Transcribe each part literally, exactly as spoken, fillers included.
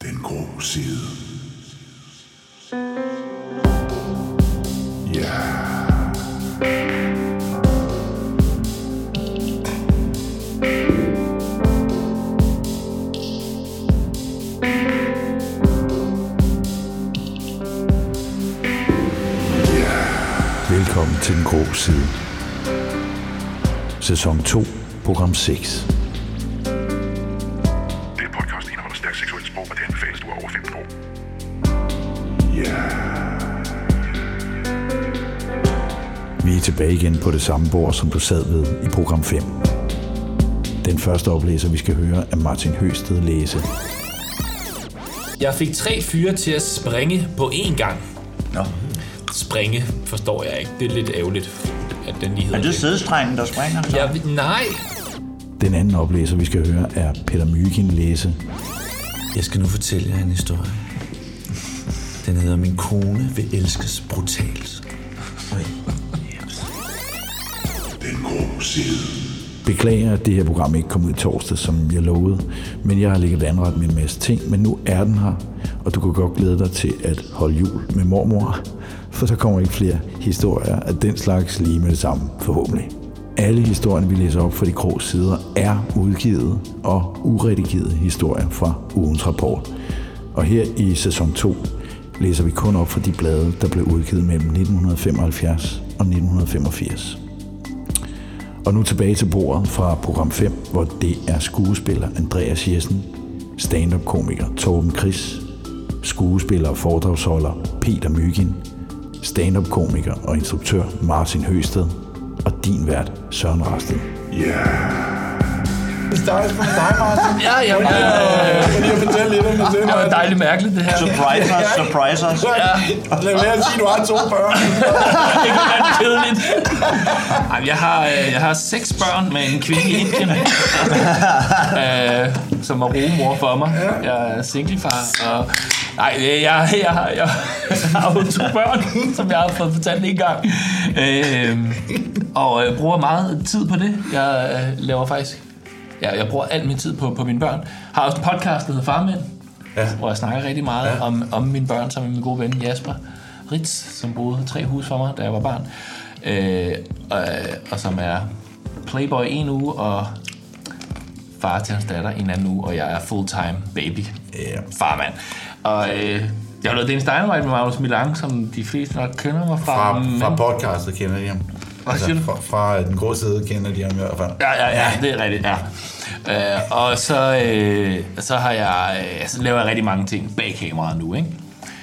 Den grå side. Ja. Velkommen til Den Grå Side. Sæson to, program seks. Det podcast indeholder stærkt seksuelt sprog, og det anbefales, du er over femten år. Ja. Vi er tilbage igen på det samme bord, som du sad ved i program fem. Den første oplæser, vi skal høre, er Martin Høsted læse. Jeg fik tre fyre til at springe på én gang. Nå. Springe forstår jeg ikke. Det er lidt ærgerligt, at den lige hedder Er det sædestrengen, der springer? Så? Ja, nej. Den anden oplæser, vi skal høre, er Peter Mygind læse. Jeg skal nu fortælle jer en historie. Den hedder Min kone vil elskes brutalt. Den grå side. Beklager, at det her program ikke kom ud torsdag, som jeg lovede, men jeg har ligget anret med en masse ting, men nu er den her, og du kan godt glæde dig til at holde jul med mormor, for der kommer ikke flere historier af den slags lige med det samme, forhåbentlig. Alle historierne, vi læser op for de grå sider, er udgivet og uredigerede historier fra ugens rapport. Og her i sæson to læser vi kun op fra de blade, der blev udgivet mellem nitten femoghalvfjerds og nitten femogfirs. Og nu tilbage til bordet fra program fem, hvor det er skuespiller Andreas Jessen, stand-up-komiker Torben Chris, skuespiller og foredragsholder Peter Mygind, stand-up-komiker og instruktør Martin Høsted og din vært Søren Rasted. Ja. Det starter med dig, Martin. Ja, ja, ja. Jeg vil lige fortælle lidt om det. Det var dejligt mærkeligt, det her. Surprise us, surprise us. Ja. Lad være at sige, at du har to børn. Det kan være kedeligt. Ej, jeg har, jeg har seks børn med en kvinde i Indien, øh, som er rugemor for mig. Jeg er singlefar, og nej, jeg, jeg, jeg, jeg har jo to børn, som jeg har fået fortalt en gang. Øh, og jeg bruger meget tid på det. Jeg øh, laver faktisk... Ja, jeg bruger al min tid på, på mine børn. Har også en podcast, der hedder Farmænd, ja. Hvor jeg snakker rigtig meget ja. om, om mine børn sammen med min gode ven Jasper Ritz, som boede tre hus for mig, da jeg var barn. Øh, og, og som er playboy en uge, og far til hans datter en anden uge, og jeg er full-time baby Ja. farmand. Og øh, jeg har lavet Dennis Dynamite med Magnus Milang, som de fleste nok kender mig fra. Fra, men... fra podcastet kender de ham. Hvad Altså, siger du? fra, fra Den Grå Side kender de ham i hvert fald. Ja, ja, ja, det er rigtigt, ja. Øh, og så, øh, så har jeg, øh, så laver jeg rigtig mange ting bag kameraet nu, ikke?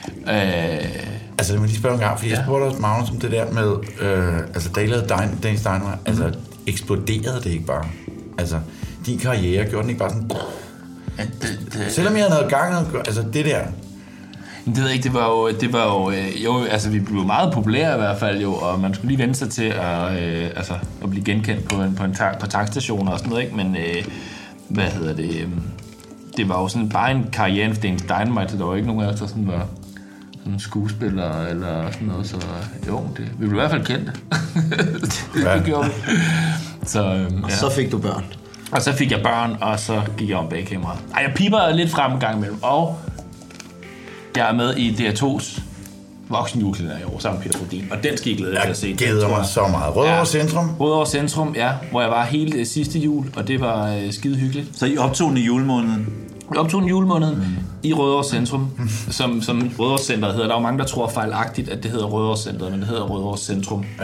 Øh, Altså, lad mig lige spørge en gang, fordi ja. jeg spurgte også Magnus om det der med, øh, altså, da I lavede Dennis Dynamite, mm. altså, eksploderede det ikke bare? Altså, din karriere, gjorde den ikke bare sådan... ja, det, det, Selvom jeg havde noget gang, altså, det der... det ved jeg ikke, det var jo, det var jo, øh, jo, altså vi blev meget populære i hvert fald jo, og man skulle lige vende sig til at, øh, altså, at blive genkendt på en, på en tak, på tankstationer og sådan noget, ikke? Men, øh, hvad hedder det, øh, det var jo sådan bare en karriere for Dennis Dynamite, så der var ikke nogen af os, der sådan var sådan skuespiller eller sådan noget, så jo, det, vi blev i hvert fald kendte. Ja. Det gjorde vi. Så, øh, ja. Og så fik du børn. Og så fik jeg børn, og så gik jeg om bag kameraet. Ej, jeg piper lidt frem en gang imellem, og jeg er med i D R to's voksenjulekalender i år, sammen med Peter Bodin, og den skal I glæde jer til at se. Jeg glæder mig så meget. Rødovre Ja. Centrum. Rødovre Centrum, ja, hvor jeg var hele øh, sidste jul, og det var øh, skide hyggeligt. Så I optog den i julemåneden? Jeg optog en julemåned mm. i Rødovre Centrum, som, som Rødovre Centret hedder. Der er jo mange, der tror fejlagtigt, at det hedder Rødovre Centret, men det hedder Rødovre Centrum. Ja.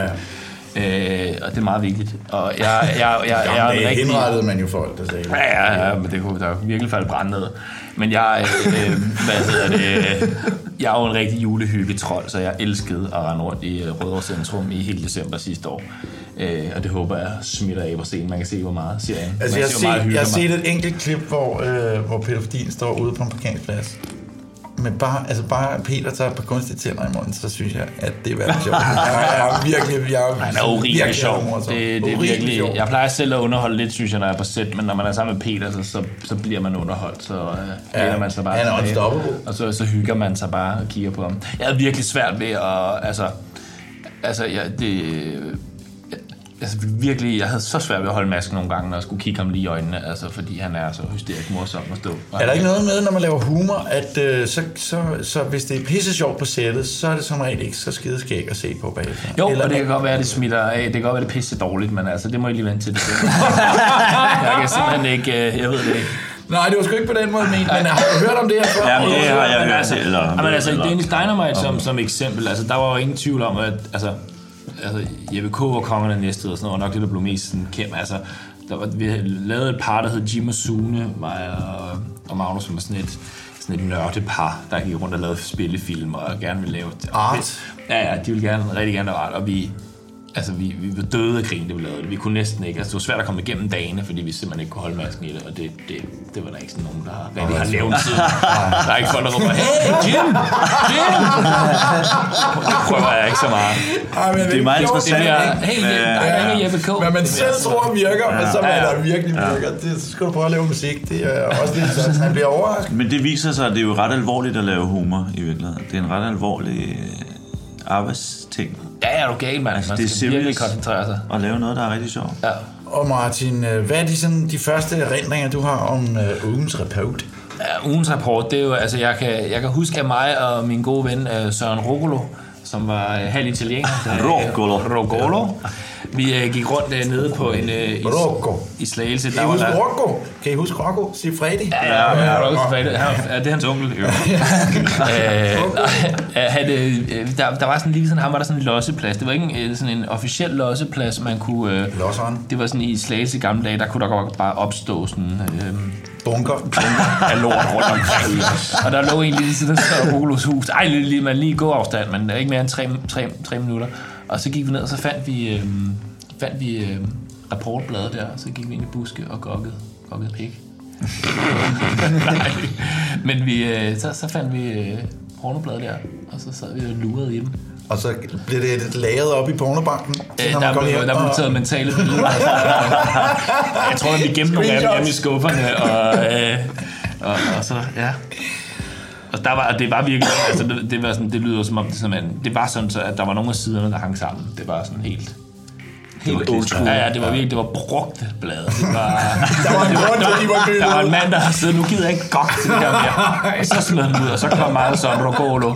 Øh, og det er meget vigtigt. Og jeg, jeg, jeg, jeg, jeg er en rigtig... henrettede man jo folk, der sagde det. Ja, ja, ja, men det kunne der virkelig falde brand ned. Men jeg, øh, hvad hedder det, jeg er jo en rigtig julehyggetrold, så jeg elskede at rende rundt i Rødovre Centrum i hele december sidste år. Øh, og det håber jeg smitter af på scenen. Man kan se, hvor meget serien. Altså, jeg, ser, set, jeg har set et enkelt klip, hvor, øh, hvor Peter Fordin står ude på en parkeringsplads. Men bare, altså bare Peter tager et par kunstige tænder i munden, så synes jeg, at det er værd sjovt. Jeg er virkelig, jeg er Han er urimelig sjov. Det, det er virkelig, sjov. jeg plejer selv at underholde lidt, synes jeg, når jeg er på set, men når man er sammen med Peter, så, så, så bliver man underholdt, så øh, ja, man sig bare han er tilbage, og så, så hygger man sig bare og kigger på ham. Jeg er virkelig svært ved at, altså, altså, jeg, det, altså virkelig, jeg havde så svært ved at holde masken nogle gange, når jeg skulle kigge ham lige i øjnene, altså fordi han er så hysterisk morsom at stå. Er der ikke noget med, når man laver humor, at øh, så, så, så hvis det er pisse sjovt på sættet, så er det som regel ikke så skide skæg at se på bagefter? Jo, Eller og det hvad? kan godt være, at det smitter af. Det kan godt være, at det er pisse dårligt, men altså, det må I lige vente til det. Jeg kan simpelthen ikke, øh, jeg ved det ikke. Nej, det var sgu ikke på den måde, men, men har du hørt om det her før? Ja, men det har jeg Men hørt. altså, Eller, men altså, Danish Dynamite som, som eksempel, altså, der var jo ingen tvivl om, at altså, altså, Jeppe K. og Kongerne af Næstved og sådan noget, var nok det, der blev mest sådan kendt. Altså, der var, vi havde lavet et par, der hed Jim og Sune, mig og, og Magnus, som var sådan et, sådan et nørdepar, der gik rundt og lavede spillefilm og gerne ville lave... Art? Ja, ja, de ville gerne, rigtig gerne lave art, og vi... Altså, vi, vi var døde af krigen, det vi lavede. Vi kunne næsten ikke... Altså, det var svært at komme igennem dagene, fordi vi simpelthen ikke kunne holde masken i det, og det, det, det var der ikke sådan nogen, der rigtig har lavet tid. Der er ikke folk, der råber, hey, Jim! Jim! Det prøver jeg ikke så meget. Ej, men Det er meget interessant. Det er, hey, Jim, der er ikke Jeppe K. Hvad man selv tror virker, men så Ja, hvad ja. der virkelig virker, det, så skal du prøve at lave musik. Det er også lidt sådan, man bliver overrasket. Men det viser sig, at det er jo ret alvorligt at lave humor i virkeligheden. Det er en ret alvorlig øh, arbejdsting Ja, er du gal, mand. Altså, Man det er skal virkelig seriøst. koncentrere sig. at lave noget, der er rigtig sjovt. Ja. Og Martin, øh, hvad er de, sådan, de første erindringer, du har om øh, ugens rapport? Ja, ugens rapport, det er jo, altså jeg kan, jeg kan huske, at mig og min gode ven øh, Søren Rogolo, som var øh, halv italiener. Rogolo. Rogolo. Vi øh, gik rundt øh, nede på en... Øh, i, Rocco. I Slagelse. Kan I huske Rocco? Kan I huske Rocco? Sigfredi? Ja, ja, ja, ja, ja, ja, det er hans onkel. Jo. øh, han, øh, der, der var sådan lige sådan, ham var der sådan en losseplads. Det var ikke en, sådan en officiel losseplads, man kunne... Øh, Losseren. det var sådan i Slagelse i gamle dage, der kunne der godt bare opstå sådan... Øh, Bunker. af lort rundt omkring. Og der lå en lige sådan der Rogolos hus. Ej, lige, man lige gå afstand, men ikke mere end tre, tre, tre minutter. Og så gik vi ned, og så fandt vi, øh, fandt vi øh, rapportbladet der, og så gik vi ind i buske og gokkede, gokkede pik. Nej. Men vi, øh, så, så fandt vi øh, pornobladet der, og så sad vi og lurede i dem. Og så blev det lagret op i pornobanken. Øh, der, blev, der blev taget mentale billeder. Jeg tror, at vi gemte nogle af dem hjemme i skufferne, og, øh, og, og så, ja. Og der var, det var virkelig, altså det, det var sådan, det lyder som om, det, simpelthen, det var sådan, så, at der var nogle af siderne, der hang sammen. Det var sådan helt... Helt old school. Ja, ja, det var virkelig, det var brugte blade. Det var, Der var en grund til, at de var kølet. der var en mand, der havde siddet, nu gider jeg ikke godt til det her mere. Og så smed han ud, og så kom meget sådan Rogolo.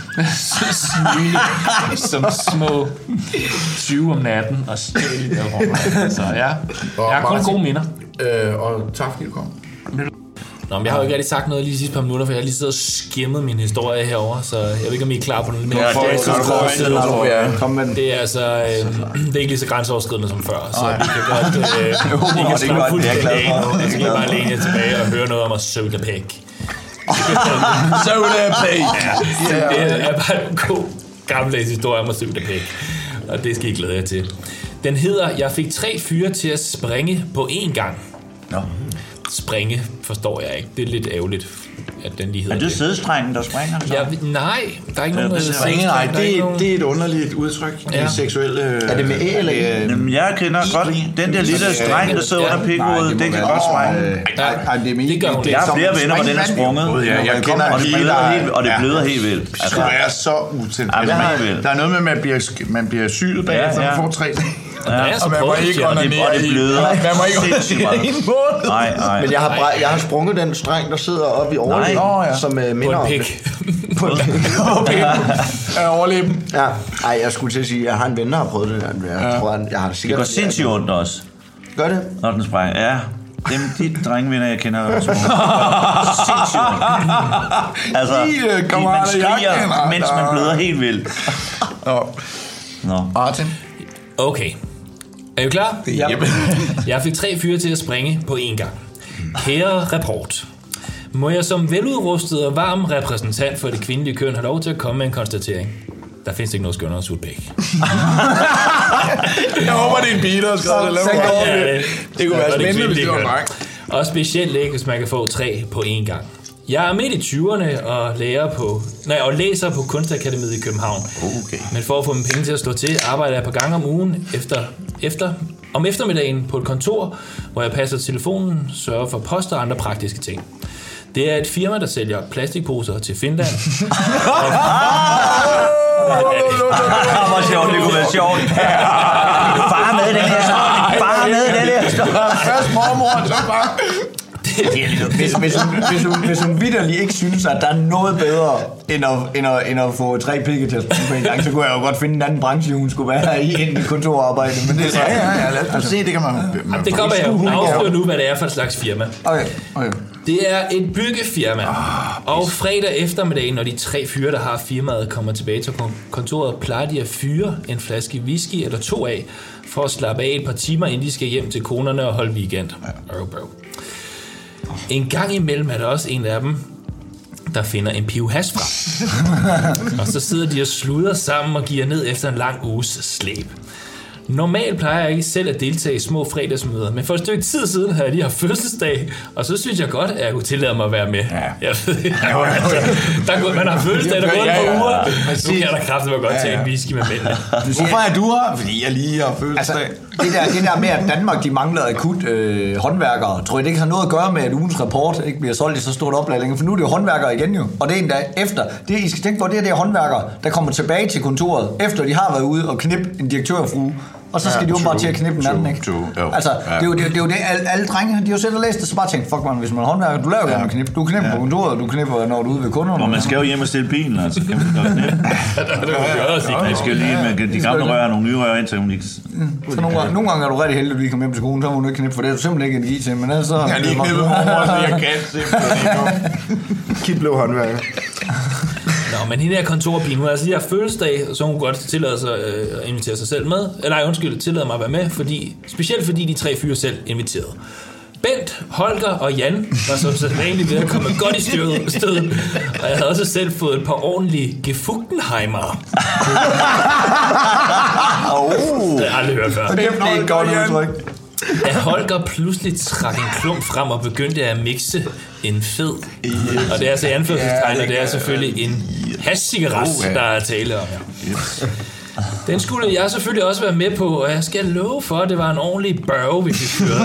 Smile som små tyve om natten og stjæle der rundt. Så ja, jeg har kun gode minder. Øh, og tak fordi du kom. Nå, men jeg har jo ikke rigtig sagt noget lige de sidste par minutter, for jeg har lige siddet og skimmet min historie herovre, så jeg ved ikke, om I er klar på den. Men Ja, det er så godt. Ja, kom med den. det er altså, øh, det er ikke lige så grænseoverskridende som før, så vi kan godt, øh, vi kan det er godt, slappe det er jeg fuldstændig glad af. for. Jeg skal lige bare læne jer tilbage og høre noget om at søge dig pæk. Så er det pæk. Det er bare en god gammeldags historie om at søge dig pæk, og det skal I glæde jer til. Den hedder, jeg fik tre fyre til at springe på én gang. Nå. Springe forstår jeg ikke. Det er lidt ærgerligt, at den lige hedder Er det sædestrengen, der springer? Så? Ja, nej, der er ikke nogen, der hedder Springe, nej, der er ikke det, nogen- det er et underligt udtryk. Ja. Ja. Seksuelle... Er det med æ eller æ? Jamen, jeg kender godt den der lille streng, der sidder Ja. under pikhovedet. Det kan godt springe. Nej, det er min. Det gør hun. Jeg har flere venner, hvor den er sprunget. Ja, jeg kender Og det en bløder der- helt, og det ja. bløder helt vildt. Det Altså, skulle være så utilfældigt. Ja, det er helt Der, vildt. der er noget med, at man bliver, man bliver syet bagefter, Ja, ja. man får tre dage. Der er så Og man må prøvet, ikke siger og man. det, og det bløder Man må ikke sindssygt meget. i en måned. Nej, nej. Men jeg har, bra- jeg har sprunget den streng, der sidder oppe i overlæben, Nå, ja. som uh, På minder en om pik. det. På en pik. Af overleben. Ja. Ej, jeg skulle til at sige, at jeg har en ven, der har prøvet det. Jeg, ja. tror, han, jeg har det Det sikkert... går sindssygt ondt også, Gør det? når den springer. Ja, dem, de drengevenner, jeg kender, der er små. Sindssygt ondt. Altså, De, øh, fordi man kammerater, jeg skriger, kender, mens man der- bløder helt vildt. Nå, Nå. Martin. Okay. Er I klar? Ja. Jeg fik tre fyre til at springe på én gang. Kære rapport. Må jeg som veludrustet og varm repræsentant for det kvindelige køn have lov til at komme med en konstatering? Der findes ikke noget skønnere end sut pæk. Jeg håber, det er en bil, der har skrevet det. Lad mig bare- Det kunne være spændende, hvis det var en dreng. Og specielt ikke, hvis man kan få tre på én gang. Jeg er midt i tyverne og, lærer på, nej, og læser på Kunstakademiet i København. Okay. Men for at få mine penge til at stå til, arbejder jeg et par gange om ugen efter, efter, om eftermiddagen på et kontor, hvor jeg passer telefonen, sørger for post og andre praktiske ting. Det er et firma, der sælger plastikposer til Finland. og, Hvor sjovt, det kunne være sjovt. Bare med den her story. Bare med den her story. Først mormor, så bare... Hvis, hvis, hun, hvis, hun, hvis hun vitterlig ikke synes, at der er noget bedre, end at, end at, end at få tre pikke til at spille på en gang, så kunne jeg jo godt finde en anden branche, hun skulle være i, end i kontorarbejde. Men det er så... Ja, ja, ja, lad os se, det kan man... man det kommer jeg jo afsløre nu, hvad det er for et slags firma. Okay, okay. Det er et byggefirma, oh, og fredag eftermiddag, når de tre fyre, der har firmaet, kommer tilbage til kontoret, plejer de at fyre en flaske whisky eller to af, for at slappe af et par timer, inden de skal hjem til konerne og holde weekend. Ja. En gang imellem er der også en af dem, der finder en piv hash fra. Og så sidder de og sluder sammen og giver ned efter en lang uges slæb. Normalt plejer jeg ikke selv at deltage i små fredagsmøder, men for et stykke tid siden havde jeg lige haft fødselsdag, og så synes jeg godt, at jeg kunne tillade mig at være med. Ja. Jeg ved, jeg, der går, man har fødselsdag, der går ja, ja, ja. på uger. Nu kan der kraftigt være godt tage en whisky med mændene. Hvorfor er du her? Fordi jeg lige har fødselsdag. Altså, det, der, det der med, at Danmark de mangler akut øh, håndværkere, tror jeg, det ikke har noget at gøre med, at ugens rapport ikke bliver solgt i så stort oplag længere, for nu er det jo håndværkere igen jo. Og det er en dag efter. Det, I skal tænke på, det er det håndværkere, der kommer tilbage til kontoret, efter de har været ude og knippe en direktørfrue. Og så skal ja, de jo bare til at knippe den anden, ikke? True, true, altså, ja. det, er jo, det, er, det er jo det, alle, alle drenge, de har jo selv læst det, så bare tænkt, fuck man, hvis man er håndværker, du laver jo ja. med knip. Du knipper ja. på kontoret, du knipper, når du er ude ved kunderne. Og man skal jo hjem og stille bilen, altså. Kan man godt knippe. Man skal lige med de gamle rører, nogle nye rører ind, så hun ikke... Så nogle gange, nogle gange er du rigtig heldig, at vi kommer hjem til skolen, så må du ikke knippe, for det er du simpelthen ikke energi til, men altså... Jeg har lige knippet mormor, så jeg kan simpelthen Kip blev håndværker. Nå, men hende her kontorpigen, hun har altså lige haft fødselsdag, så hun godt tillade sig øh, at invitere sig selv med. Eller nej, undskyld, tillade mig at være med, fordi, specielt fordi de tre fyre selv inviterede. Bent, Holger og Jan var som sædvanligt ved at komme godt i stødet, og jeg havde også selv fået et par ordentlige Gefugtenheimer. Oh. Det har jeg aldrig hørt før. Det er et godt udtryk. Da Holger pludselig trak en klump frem og begyndte at mixe en fed. Og det er altså i anførselstegn, og det er selvfølgelig en hash-cigaret, der er tale om. Ja. Den skulle jeg selvfølgelig også være med på, og jeg skal love for, at det var en ordentlig børge, vi fik fyret.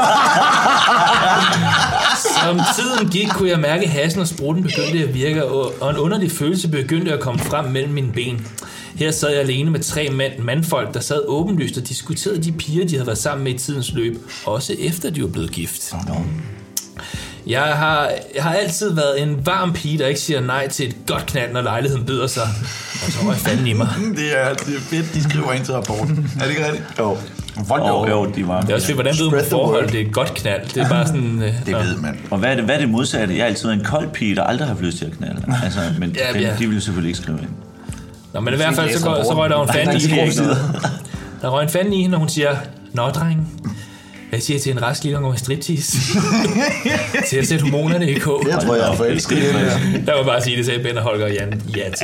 Som tiden gik, kunne jeg mærke, at hassen og sprutten begyndte at virke, og en underlig følelse begyndte at komme frem mellem mine ben. Her sad jeg alene med tre mand, mandfolk, der sad åbenlyst og diskuterede de piger, de havde været sammen med i tidens løb, også efter de var blevet gift. Jeg har, jeg har altid været en varm pige, der ikke siger nej til et godt knald, når lejligheden byder sig. Og så var jeg fanden i mig. Det er, det er fedt, de skriver ind til rapporten. Er det ikke rigtigt? Jo. Oh, jo, de var. Det er også fedt, hvordan ved man forhold, det er et godt knald. Det er bare sådan... det øh, ved man. Og hvad er det, hvad er det modsatte? Jeg har altid været en kold pige, der aldrig har haft lyst til at knalde. Altså, men ja, dem, ja. de ville selvfølgelig ikke skrive ind. Nå, men i hvert fald, så, går, så røg der en fanden i hende. Der røg en fanden i hende, og hun siger, nå, dreng, hvad siger til en rask lille unge med striptease? Til at sætte hormonerne i kog. Jeg tror, jeg er forelsket i det. Der var bare at sige, det sagde Ben og Holger og Jan. Ja, til.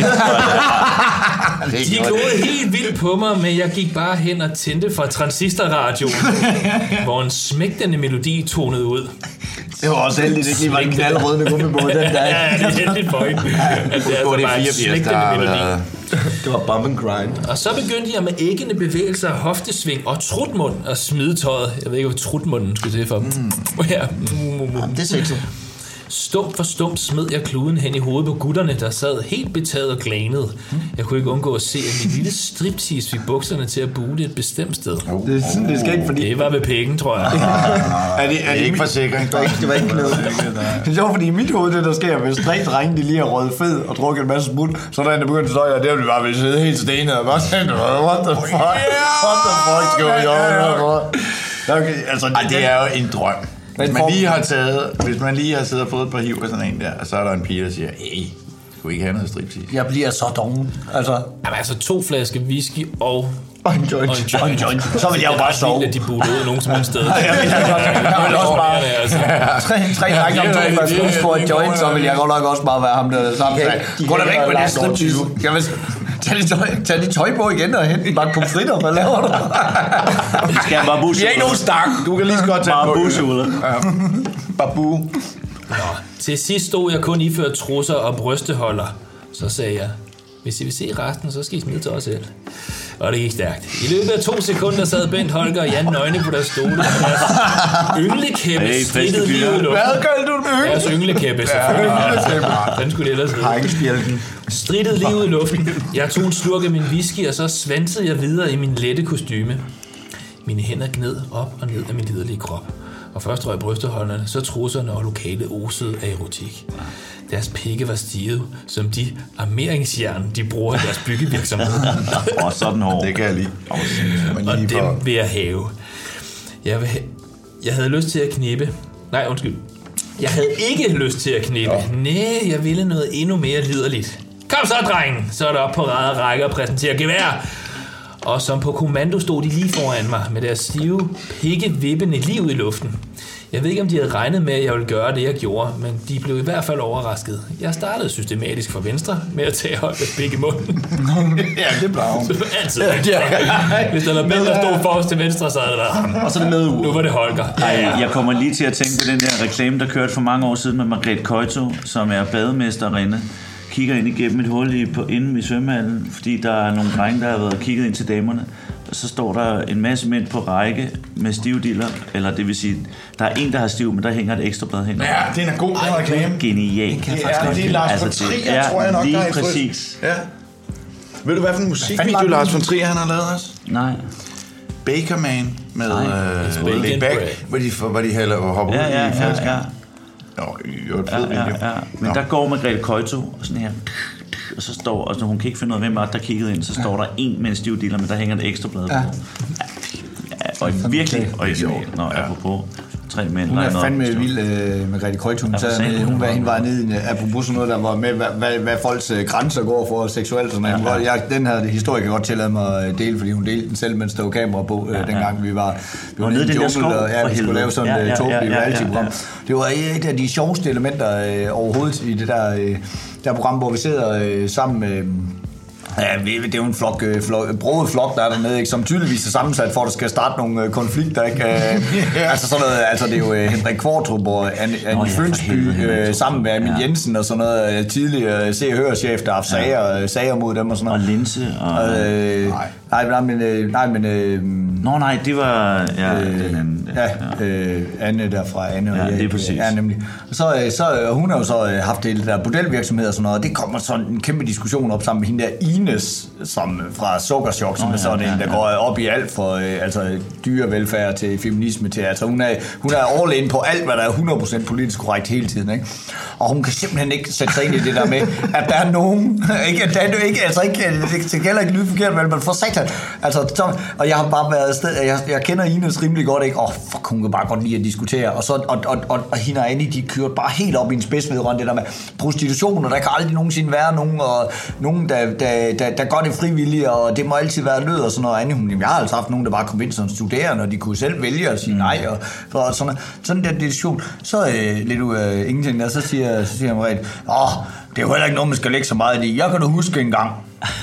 De glodede helt vildt på mig, men jeg gik bare hen og tændte fra transistorradioen, hvor en smægtende melodi tonede ud. Det var også heldigt, det ikke var en knaldrødende gummibåd den dag. Ja, det er heldigt for hende. At det er altså bare en smægtende melodi. Det var bump and grind. Og så begyndte jeg med æggende bevægelser, hoftesving og trutmund at smide tøjet. Jeg ved ikke, hvad trutmunden skulle til for dem. Mm. Ja. Jamen, det er sexet. Stump for stump smed jeg kluden hen i hovedet på gutterne, der sad helt betaget og glænede. Jeg kunne ikke undgå at se, at mit lille striptease fik bukserne til at bule et bestemt sted. Oh, det, er, det skal ikke, fordi... Det var ved penge, tror jeg. er det, er det ikke forsikring? Det var ikke, det var ikke noget. Det er sjovt, fordi i mit hoved, det der sker, hvis tre drenge, de lige har røget fed og drukket en masse smut, så er der en, der begynder at støje, og det vil bare vil sidde helt stenet og bare tænke, what the fuck? What the fuck skal vi gøre? Okay, altså, Ej, det er jo en drøm. Hvis man lige har taget, hvis man lige har siddet og fået et par hiv af sådan en der, og så er der en pige, der siger, hey, skulle ikke have noget striptease? Jeg bliver så doven. Altså, jamen, altså to flasker whisky og... Og en joint. Og en joint. Og en joint. Så vil jeg jo bare sove. Det er ret vildt, at de buttede ud nogen som helst sted. Jeg vil også bare... Tre, tre drenge om to flasker på en joint, så vil jeg godt nok også bare være ham der sammen. Gå da væk med det striptease. Jeg vil... Tag dit, tøj, tag dit tøj på igen og hente en bakke pomfritter. Hvad laver du? Skal jeg babu? Vi er ikke nogen stang. Du kan lige så godt tage babu. Babu. Nå, til sidst stod jeg kun iført trusser og brysteholder. Så sagde jeg, hvis I vil se resten, så skal I smide til os selv. Og det gik stærkt. I løbet af to sekunder sad Bent, Holger og Jan nøgne på deres stole, og deres ynglekæppe Hey, strittede lige ud i luften. Hvad kaldte du den? Deres ynglekæppe, selvfølgelig. Den skulle det ellers hedde. Hejkespjælden. Strittede lige ud i luften. Jeg tog en slurk af min whisky, og så svansede jeg videre i min lette kostyme. Mine hænder gned op og ned af min liderlige krop. Og først røg brysteholderne, så trusserne og lokale osede af erotik. Deres pikke var stivet, som de armeringsjern, de bruger i deres byggevirksomhed. Og sådan hård. Det kan jeg lide. Og dem vil jeg have. Jeg, vil ha- jeg havde lyst til at knippe. Nej, undskyld. Jeg havde ikke lyst til at knippe. Næh, jeg ville noget endnu mere liderligt. Kom så, drengen! Så er der op på ræd og række og præsentere gevær. Og som på kommando stod de lige foran mig med deres stive, pikke vippende liv i luften. Jeg ved ikke, om de havde regnet med, at jeg ville gøre det, jeg gjorde, men de blev i hvert fald overrasket. Jeg startede systematisk fra venstre med at tage Holgers pik i munden. Ja, det blev hun. Altid. Hvis der var mænd, der stod forrest til venstre, så havde det været ham. Og så er det med Nu var det Holger. Ej, jeg kommer lige til at tænke på den der reklame, der kørte for mange år siden med Margrethe Køjto, som er bademesterinde. Kigger ind igennem et hul i, på, inde i svømmehallen, fordi der er nogle drenge, der har været kigget ind til damerne. Og så står der en masse mænd på række med stivdiller, eller det vil sige, der er en, der har stiv, men der hænger et ekstra blad hen. Ja, det er en god den reklame. Genial. Det er, det er Lars von Trier, tror jeg nok, lige der er præcis. Ja. Ved du, hvad for en musikvideo Lars von Trier han har lavet os? Nej. Bakerman med øh, Laid Back, hvor de, hvor de hælder og hopper Ja, ud ja, i flasker. ja, ja. Nå, jo, et Ja, fed video. ja, ja. Men der går Margrethe Køjto og sådan her. Og så står, og så hun kan ikke finde ud af, hvem er der kiggede ind, så står der en med en stiv dealer, men der hænger et ekstra blad på. Ja. Ja, og virkelig original, når jeg er på tre mænd. Hun er der fandme noget. vild øh, med Grete Køjt. Hun, Ja, sad, for satan, hun, hun var, var- hende var nede i en, apropos sådan noget, der var med, hvad, hvad, hvad folks øh, grænser går for seksuelt. Sådan noget. Ja, ja. Jeg, den her historie kan jeg godt tillade mig at dele, fordi hun delte den selv, mens der var kamera på, øh, Ja, ja. dengang vi var, vi var Og nede i nede i den der jungle, skov, og ja, for vi skulle helvede. lave sådan Ja, et ja, øh, tåbeligt ja, ja, ja, reality-program. ja. Det var et af de sjoveste elementer øh, overhovedet i det der, øh, der program, hvor vi sidder øh, sammen med... Ja, det er jo en flok, øh, flok broget flok, der er dernede, ikke, som tydeligvis er sammensat for, at der skal starte nogle øh, konflikter. Ikke? Øh, altså, sådan noget, altså, det er jo øh, Henrik Kvartrup og Anne Nå, Anne ja, for Fønsby helvede, øh, sammen med Amin ja. Jensen og sådan noget øh, tidligere Se- og Hørchef, der har haft sager, øh, sager mod dem og sådan Og noget. Linse og... Øh, nej, nej, men... Øh, nej, men øh, Nå nej, det var... Ja, Øh, den anden. ja, øh, Anne der fra Anne og Ja, Erik. lige præcis. Ja, nemlig. Så, øh, så øh, hun har jo så øh, haft det der bordelvirksomhed og sådan noget, og det kommer sådan en kæmpe diskussion op sammen med hende der Ines, som øh, fra Sukkerchok, som Nå, er sådan ja, en, der ja, går op i alt for øh, altså dyrevelfærd til feminisme til, altså hun er, hun er all in på alt, hvad der er hundrede procent politisk korrekt hele tiden, ikke? Og hun kan simpelthen ikke sætte sig ind i det der med, at der er nogen, ikke, at der er ikke, altså ikke, det, det gælder ikke lyde forkert, men for satan, altså, så, og jeg har bare været afsted, jeg, jeg kender Ines rimelig godt, ikke? Åh, oh, fuck, hun kan bare godt lide at diskutere, og så, og, og, og, og hende og Annie, de kørte bare helt op i en spids vedrørende det der med prostitution, og der kan aldrig nogensinde være nogen, og nogen, der, der, der, der gør det frivilligt, og det må altid være nød, og sådan noget. Annie, hun, jeg har altså haft nogen, der bare kom ind som studerende, og de kunne selv vælge at sige nej, og, og sådan, sådan der diskussion, så øh, lidt ud af ingenting der, så siger, så siger jeg mig åh, det er jo heller ikke noget, man skal lægge så meget i. Jeg kan da huske en gang,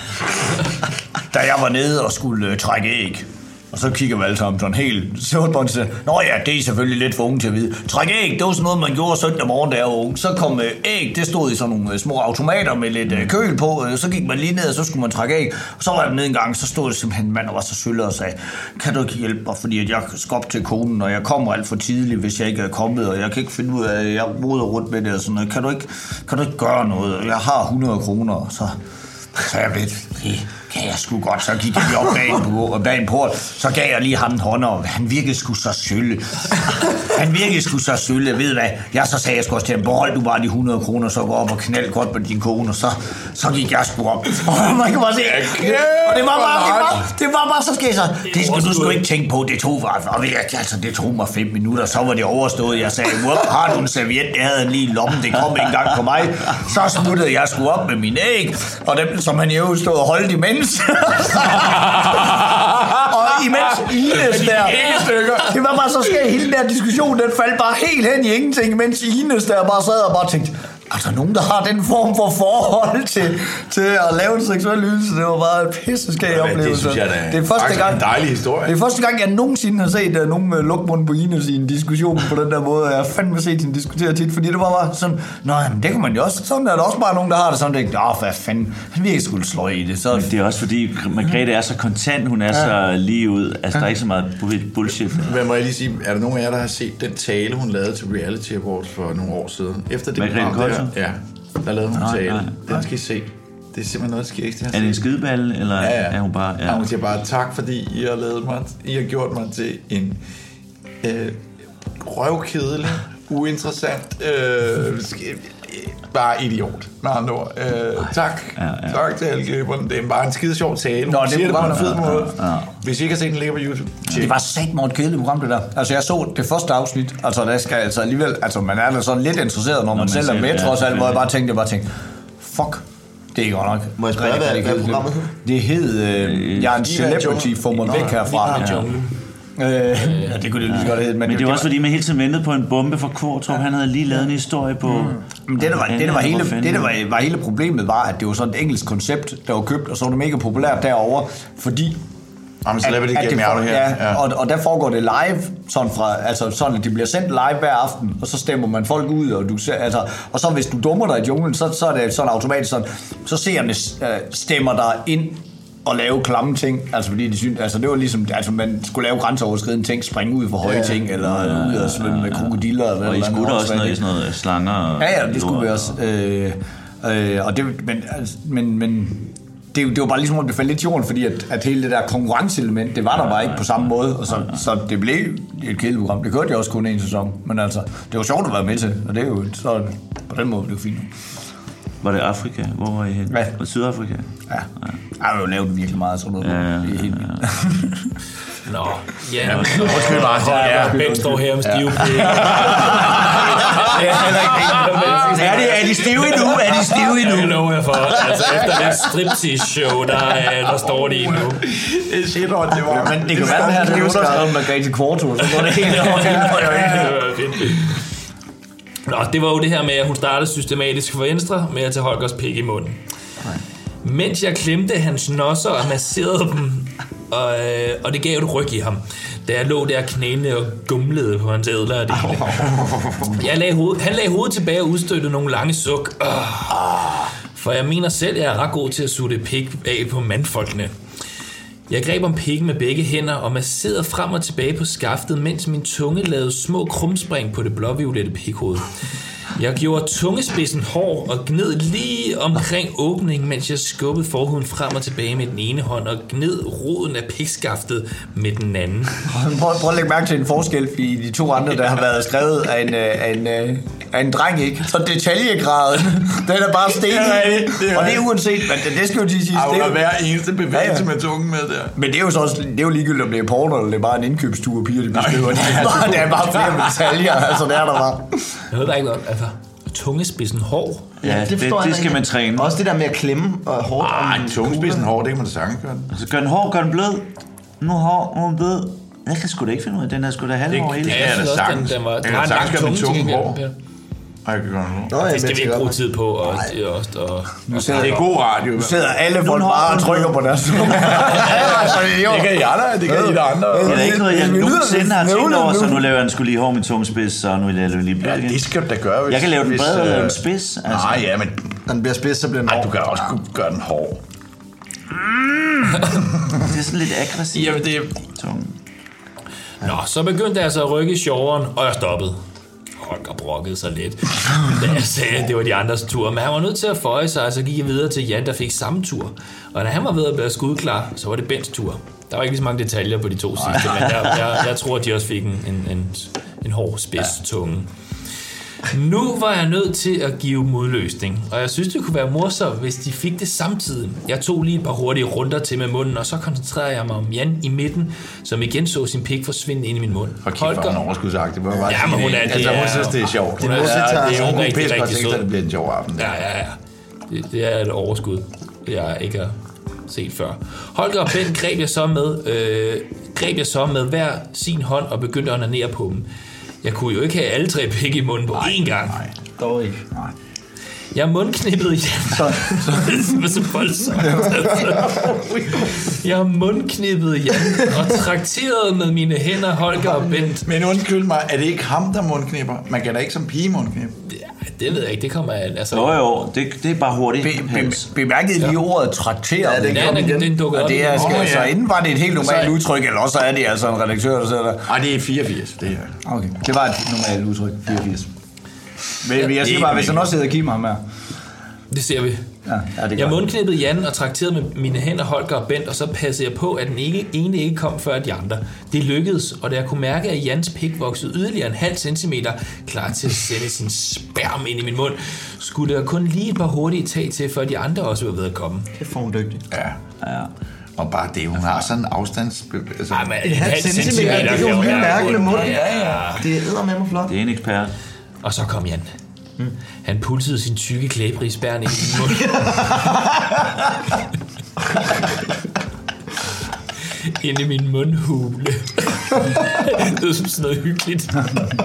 da jeg var nede og skulle øh, trække æg. Og så kigger vi alle sammen sådan helt sort på og siger, nå ja, det er selvfølgelig lidt for unge til at vide. Træk æg, det var sådan noget, man gjorde søndag morgen, da jeg var ung. Så kom øh, æg, det stod i sådan nogle øh, små automater med lidt øh, køl på. Øh, så gik man lige ned, og så skulle man trække æg. Og så var der ned en gang, så stod det simpelthen en mand, der var så sølle og sagde, kan du ikke hjælpe mig, fordi at jeg skal op til konen, og jeg kommer alt for tidligt, hvis jeg ikke er kommet, og jeg kan ikke finde ud af, at jeg roder rundt med det og sådan noget. Kan du ikke, kan du ikke gøre noget? Jeg har hundrede kroner, og så... Så jeg blev, det kan jeg sgu godt. Så gik jeg lige op bag en, bag en port. Så gav jeg lige ham en hånd, og han virkede sgu så sølle. Han virkede sgu så sølle. Jeg ved hvad, jeg så sagde jeg sgu også til ham, behold du bare de hundrede kroner, så gå op og knald godt med din kone, og så, så gik jeg sgu op. Og man kan bare se, og det var bare, det var, det var bare så skægt. Så det skal du sgu ikke tænke på, det tog bare, altså det tog mig fem minutter, så var det overstået. Jeg sagde, har du en serviet? Jeg havde lige i lommen, det kom ikke engang på mig. Så smuttede jeg sgu op med min æg, og dem, som han jo stod og holdt imens. Og imens Ines der, det var bare så skægt, hele den der diskussion, den faldt bare helt hen i ingenting, imens Ines der bare sad og bare tænkte, Altså nogen, der har den form for forhold til, til at lave en seksuel ydelse, det var bare et pisseskæg oplevelse. Det synes jeg da det er første gang, en dejlig historie. Det er første gang, jeg nogensinde har set uh, nogen med lukmund på Ines i en diskussion på den der måde. Jeg har fandme set hende diskutere tit, fordi det var bare sådan, nå, jamen, det kan man jo også. Sådan er der også bare nogen, der har det sådan, at åh, hvad fanden, han vil ikke skulle slå i det. Så... Men det er også fordi, Margrethe er så kontant, hun er ja. så lige ud. Altså, der er ikke så meget bullshit. Hvad må jeg lige sige? Er der nogen af jer, der har set den tale, hun lavede til Reality Awards for nogle år siden? Efter det program der, ja, der lavede hun en tale. Den skal I se. Det er simpelthen noget, der sker ikke. Er det en skideballe, eller ja, ja. er hun bare... Ja. Ja, hun siger bare, tak fordi I har, lavet mig, I har gjort mig til en øh, røvkedelig, uinteressant, øh, bare idiot, med andre ord. Øh, tak. Ja, ja. Tak til alle klipperne. Det er bare en skide sjov tale. Hun Nå, siger det på en fed måde. Ja, ja. Hvis I ikke har set den, ligger på YouTube. Det var satme et kedeligt program, det der. Altså, jeg så det første afsnit. Altså, der skal altså alligevel... Altså, man er da sådan lidt interesseret, når, når man, man selv er med, trods alt, hvor jeg bare tænkte, jeg bare tænkte, fuck, det er godt nok. Må jeg spørge, hvad, hvad programmet hed? Det hed, øh, jeg er en celebrity, får mig væk herfra. Øh, ja, det kunne det lige så godt hedde. Men, men det var også fordi, man hele tiden ventede på en bombe fra Kvartrup. Han havde lige lavet en historie på... Mm. Men det, der var, det, der var, hele, det, der var, var hele problemet, var, at det var sådan et engelsk koncept, der var købt, og så var det mega populært derovre, fordi... Jamen, så laver det gennem jer her. Ja, ja. Og, og der foregår det live, sådan, fra, altså sådan, at de bliver sendt live hver aften, og så stemmer man folk ud, og, du, altså, og så hvis du dummer dig i junglen, så, så er det sådan automatisk sådan, så seerne stemmer dig ind og lave klamme ting, altså fordi de synes, altså det var ligesom, altså man skulle lave grænseoverskridende ting, springe ud for høje ja, ting, eller ja, ja, ud og svømme ja, ja, med krokodiller. Og eller I skulle da også noget i sådan noget slanger og... Ja, ja, det skulle vi også. Øh, øh, og det, men, altså, men, men det, det var bare ligesom, at det faldt lidt i jorden, fordi at, at hele det der konkurrenceelement, det var der bare ikke på samme måde, og så, så det blev et kedeligt program. Det kørte jo også kun en sæson, men altså, det var sjovt at være med til, og det er jo så på den måde blev det fint. Var det Afrika? Hvor var I hen? Ja. Var Sydafrika? Ja. Jeg har jo lavet virkelig meget sådan noget. Ja, ja, ja, det er helt vildt. Nå, ja. ja Undskyld bare, så ja. Ben står her med stive pæk. Er de, er de stive endnu? Er de stive endnu? Jeg lover jer for, altså efter det striptease-show, der, der står de endnu. Det er shit, det var. Men det kan være, at han har skrevet Margrethe Kvartrup, så går det helt over. Nå, det var jo det her med, at hun startede systematisk for Venstre med at tage Holgers pik i munden. Nej. Mens jeg klemte hans nosser og masserede dem, og, og det gav et ryg i ham, da jeg lå der knæene og gumlede på hans ædler og dele. Jeg lagde hoved, han lagde hovedet tilbage og udstødte nogle lange suk. Oh. For jeg mener selv, at jeg er ret god til at sutte pik af på mandfolkene. Jeg greb om pikken med begge hænder og masserede frem og tilbage på skaftet, mens min tunge lavede små krumspring på det blåviolette pikhoved. Jeg gjorde tungespidsen hård og gned lige omkring åbningen, mens jeg skubbede forhuden frem og tilbage med den ene hånd og gned roden af pikskaftet med den anden. Prøv, prøv at lægge mærke til en forskel i de to andre, der har været skrevet af en, af en, af en dreng, ikke? Så detaljegraden, den er bare stenig. Og det er uanset, men det skal jo sige. Det er jo hver eneste bevægelse med tungen med der. Men det er jo så også, det er jo ligegyldigt, om det er porno, eller det er bare en indkøbstur, piger, de beskriver. Det er bare, det er bare flere detaljer, altså det er der bare. Jeg ved da ikke, altså, tungespidsen hård. Ja, det, det, det skal man træne. Også det der med at klemme og hårdt. Nej, tungespidsen hård, det kan man da sagtens gøre. Altså, gør den hård, gør den blød. Nu hård, nu er den blød. Jeg kan sgu da ikke finde ud af, den er sgu da halvår hele. Det er da sagtens. Den var, den var en lang tunge til hård. Ej, jeg kan gøre det. Nå, det skal vi ikke bruge tid på. Og, det, er også, og, og det er god radio. Nu sidder alle folk bare og trykker på deres nummer. Det kan I andre, det kan I der andre. Det er ikke noget, jeg nogensinde har tænkt over, så nu laver jeg den sgu lige hård med tungespids, så nu vil jeg lave den lige blød igen. Ja, det skal du da gøre. Jeg kan lave den bred og lave den spids. Nej, ja, men når den bliver spids, så bliver den hård. Nej, du kan også gøre den hård. Det er sådan lidt aggressivt. Jamen, det er tunge. Nå, så begyndte jeg altså at rykke i sjoveren, og jeg stoppede. Holger brokkede sig lidt, da jeg sagde, at det var de andres tur. Men han var nødt til at føje sig, og så gik jeg videre til Jan, der fik samme tur. Og da han var ved at blive skudklar, så var det Bens tur. Der var ikke lige så mange detaljer på de to sidste, men jeg, jeg, jeg tror, at de også fik en, en, en, en hård spids tunge. Nu var jeg nødt til at give dem udløsning, og jeg synes, det kunne være morsomt, hvis de fik det samtidig. Jeg tog lige et par hurtige runder til med munden, og så koncentrerede jeg mig om Jan i midten, som igen så sin pik forsvinde ind i min mund. Og kæft for en overskudsagt. Det var bare ja, men hun er det. Altså, hun synes, det er sjovt. Det er, det er, det er jo rigtig, rigtig sød. Det bliver en sjov aften. Ja, ja, ja. Det, det er et overskud, jeg ikke har set før. Holger og Ben greb jeg så med, øh, greb jeg så med hver sin hånd og begyndte at onanere på dem. Jeg kunne jo ikke have alle tre pikke i munden på nej, én gang. Nej, dog ikke. Nej. Jeg mundknippede Jan. Så, så, det er så voldsomt. Jeg mundknippede Jan og trakterede med mine hænder Holger og Bent. Men undskyld mig, er det ikke ham, der mundknipper? Man kan da ikke som pige mundknippe. Ja, det ved jeg ikke, det kommer af. Altså... Jo jo, det, det er bare hurtigt. Be, be, bemærkede lige ordet traktere. Ja, det Ja, den, den dukkede op. Og det er, skal, Åh, ja. så inden var det et helt normalt udtryk, eller også er det altså en redaktør, der sidder der. Nej, det er fireogfirs, det her. Okay, det var et normalt udtryk, fireogfirs. Men jeg siger bare, hvis han også hedder Kim ham her. Det ser vi. Ja, ja, det Jeg gør. mundknippede Jan og trakterede med mine hænder Holger og Bent, og så passede jeg på, at den ikke, ene ikke kom før de andre. Det lykkedes, og da jeg kunne mærke, at Jans pik voksede yderligere en halv centimeter, klar til at sende sin sperm ind i min mund, skulle der kun lige et par hurtige tag til, før de andre også var ved at komme. Det er for hun dygtig. Ja. Ja. Og bare det, hun har sådan en afstands... Altså, Ej, men En halv centimeter, det er jo en mærkelig mund. Ja, ja. Det er med mig flot. Det er en ekspert. Og så kom Jan. Mm. Han pulsede sin tykke klæberigsbærn ind i min mund. ind i min mundhule. Det er som sådan noget hyggeligt.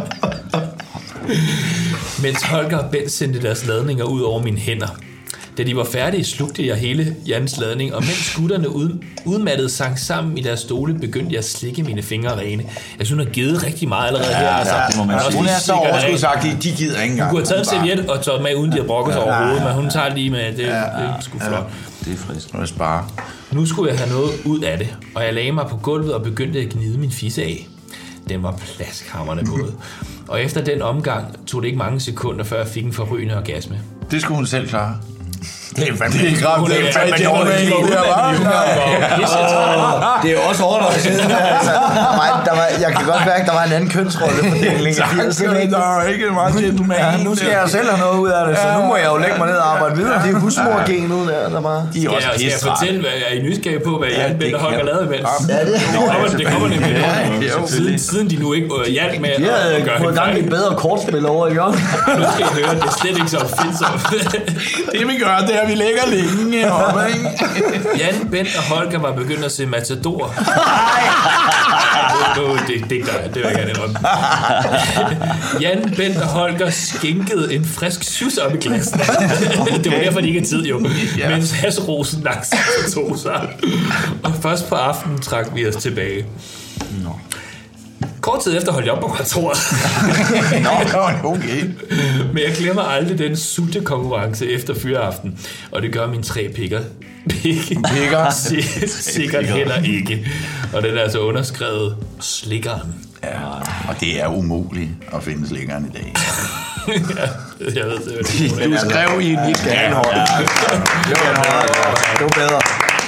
Mens Holger og Bent sendte deres ladninger ud over mine hænder. Da de var færdige, slugte jeg hele Jans ladning, og mens gutterne ud, udmattet sang sammen i deres stole, begyndte jeg at slikke mine fingre rene. Jeg synes, hun har givet rigtig meget allerede Ja, her. ja, Altså, det må man sige. Hun er så overskudsagt, de, de gider ikke engang. Hun kunne have taget en serviet og taget med, uden de har brokket sig overhovedet, men hun tager lige med, det, ja, ja, det er sgu flot. Det er frisk. Nu er spare. Nu skulle jeg have noget ud af det, og jeg lagde mig på gulvet og begyndte at gnide min fisse af. Den var plaskhamrende både. Og efter den omgang tog det ikke mange sekunder, før jeg fik en forrygende orgasme. Det skulle hun selv klare. Det er fandme Det er gramt, det er fandme dårligt. Det er jo også hårdt at sidde der. Altså, der var, der var, jeg kan godt mærke, der var en anden kønsrollefordeling. Der er ikke meget gentleman. Ja, nu skal jeg selv have noget ud af det, så nu må jeg jo lægge mig ned og arbejde videre. Det er husmorgen ud der, der bare... De er også Skal jeg pisse fortælle, hvad jeg er nysgerrig på, hvad Jan Bent og Holger lavede imens? Ja, det Det kommer nemlig nu. Siden, siden de nu ikke øh, hjalp med at Jeg havde gøre fået hende gang i et færdig. bedre kortspil over i hjørnet. Nu skal I høre, det er slet ikke så opfindsomt. Det vi gør, det er, at vi lægger længe oppe, ikke? Jan, Bent og Holger var begyndt at se Matador. Nu, det digter jeg, det vil jeg gerne indrømme. Jan, Bent og Holger skænkede en frisk sjus op i glassen. Det var derfor, de ikke havde tid, jo. Mens hasrosen langsomt tog sig. Og først på aftenen trak vi os tilbage. Kort tid efter holdt jeg op på kontoret. Nå, okay. Men jeg glemmer aldrig den sutte konkurrence efter fyreaften. Og det gør mine tre pikker. Pikker? Pikker. Sikkert heller ikke. Og den er altså underskrevet Slikkeren. Ja, og det er umuligt at finde slikkeren i dag. Jeg ved det. Du skrev i en skanhånd. Det var bedre.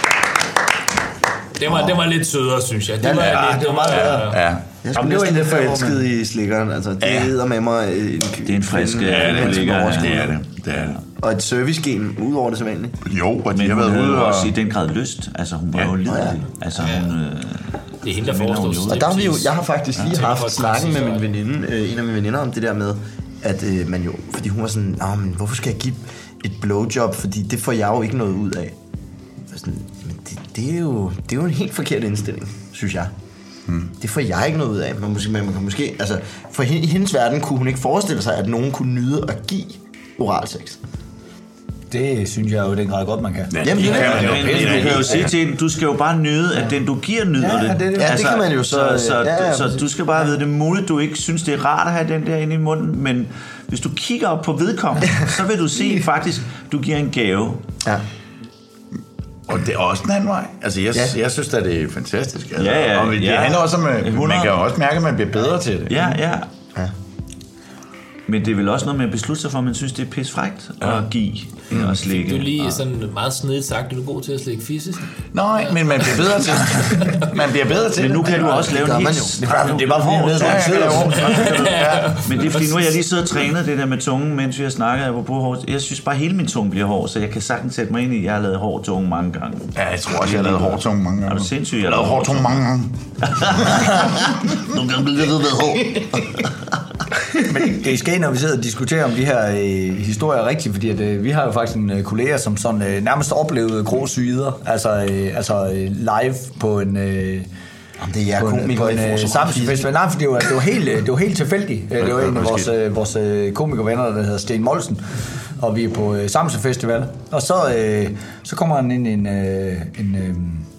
Det var, det var lidt sødere, synes jeg. Det var, ja, lidt, det var meget bedre. Ja. Jeg skulle næsten lidt forelsket i slikkeren. Altså, det hedder med mig en, Det er en frisk Ja, det er kollega. det. Det er det. Det er det. og et service-game ud over det sædvanlige. Jo, og de Men har hun været havde ude jo og... også i den grad lyst. Altså, hun var jo lidelig. Altså, hun... Øh, det er hende, der forestår. Og der har vi jo, jeg har faktisk lige Ja, haft snakken med min præcis. veninde, øh, en af mine veninder om det der med, at øh, man jo, fordi hun var sådan, ah, men hvorfor skal jeg give et blowjob, fordi det får jeg jo ikke noget ud af. Sådan, men det, det, er jo, det er jo en helt forkert indstilling, synes jeg. Hmm. Det får jeg ikke noget ud af. Man, måske, man kan måske, altså, for i hendes verden kunne hun ikke forestille sig, at nogen kunne nyde at give oralsex. Det synes jeg jo i den grad godt, man kan. Jamen, det er men, det. men, men du kan jo sige til hende, du skal jo bare nyde, at den du giver nyder Ja, det. det er det. Ja, det kan man jo så- Så, så, ja, ja, så, præcis. så du skal bare vide, det er muligt, du ikke synes, det er rart at have den der inde i munden, men hvis du kigger op på vedkommende, så vil du se faktisk, du giver en gave. Ja. Og det er også den anden vej. Altså, jeg, Ja. jeg synes at det er fantastisk. Altså. Ja, ja, og det ja. handler også om, at man hundrede. kan jo også mærke, at man bliver bedre til det. Ja, ja. Ja. Men det er vel også noget med at beslutte sig for, at man synes, det er pisfrækt at give mm. og slikke. Du er lige sådan meget snedigt sagt, at du er god til at slikke fisse. Nej, men man bliver bedre til det. Man bliver bedre til Men nu det. kan du også lave gør en man helt... jo. Det er bare, det er bare fordi, jeg ved, Ja, hvor ja, man sidder. ja. Men det er fordi, nu har jeg lige siddet og trænet det der med tungen, mens vi har snakket af, hvor hårdt. Jeg synes bare, at hele min tunge bliver hård, så jeg kan sagtens sætte mig ind i, at jeg har lavet hård tunge mange gange. Ja, jeg tror også, jeg har lavet hård tunge mange gange. Er du sindssyg? Jeg har lavet hård tunge mange gange. Nogle gange bliver det ved hård. Men det sker, når vi sidder og diskuterer om de her øh, historier rigtigt, fordi at, øh, vi har jo faktisk en øh, kollega, som sådan, øh, nærmest oplevede grå syder, altså, øh, altså øh, live på en... Øh, Jamen, det er jer på en, komikere, på I en får så øh, meget samfundsfestival. Nej, for det var, det var helt, øh, det var helt tilfældigt. Øh, Det var en af vores, øh, vores øh, komikervenner, der hedder Sten Molsen, og vi er på øh, Samsø Festival. Og så, øh, så kommer han ind i en, øh, en, øh,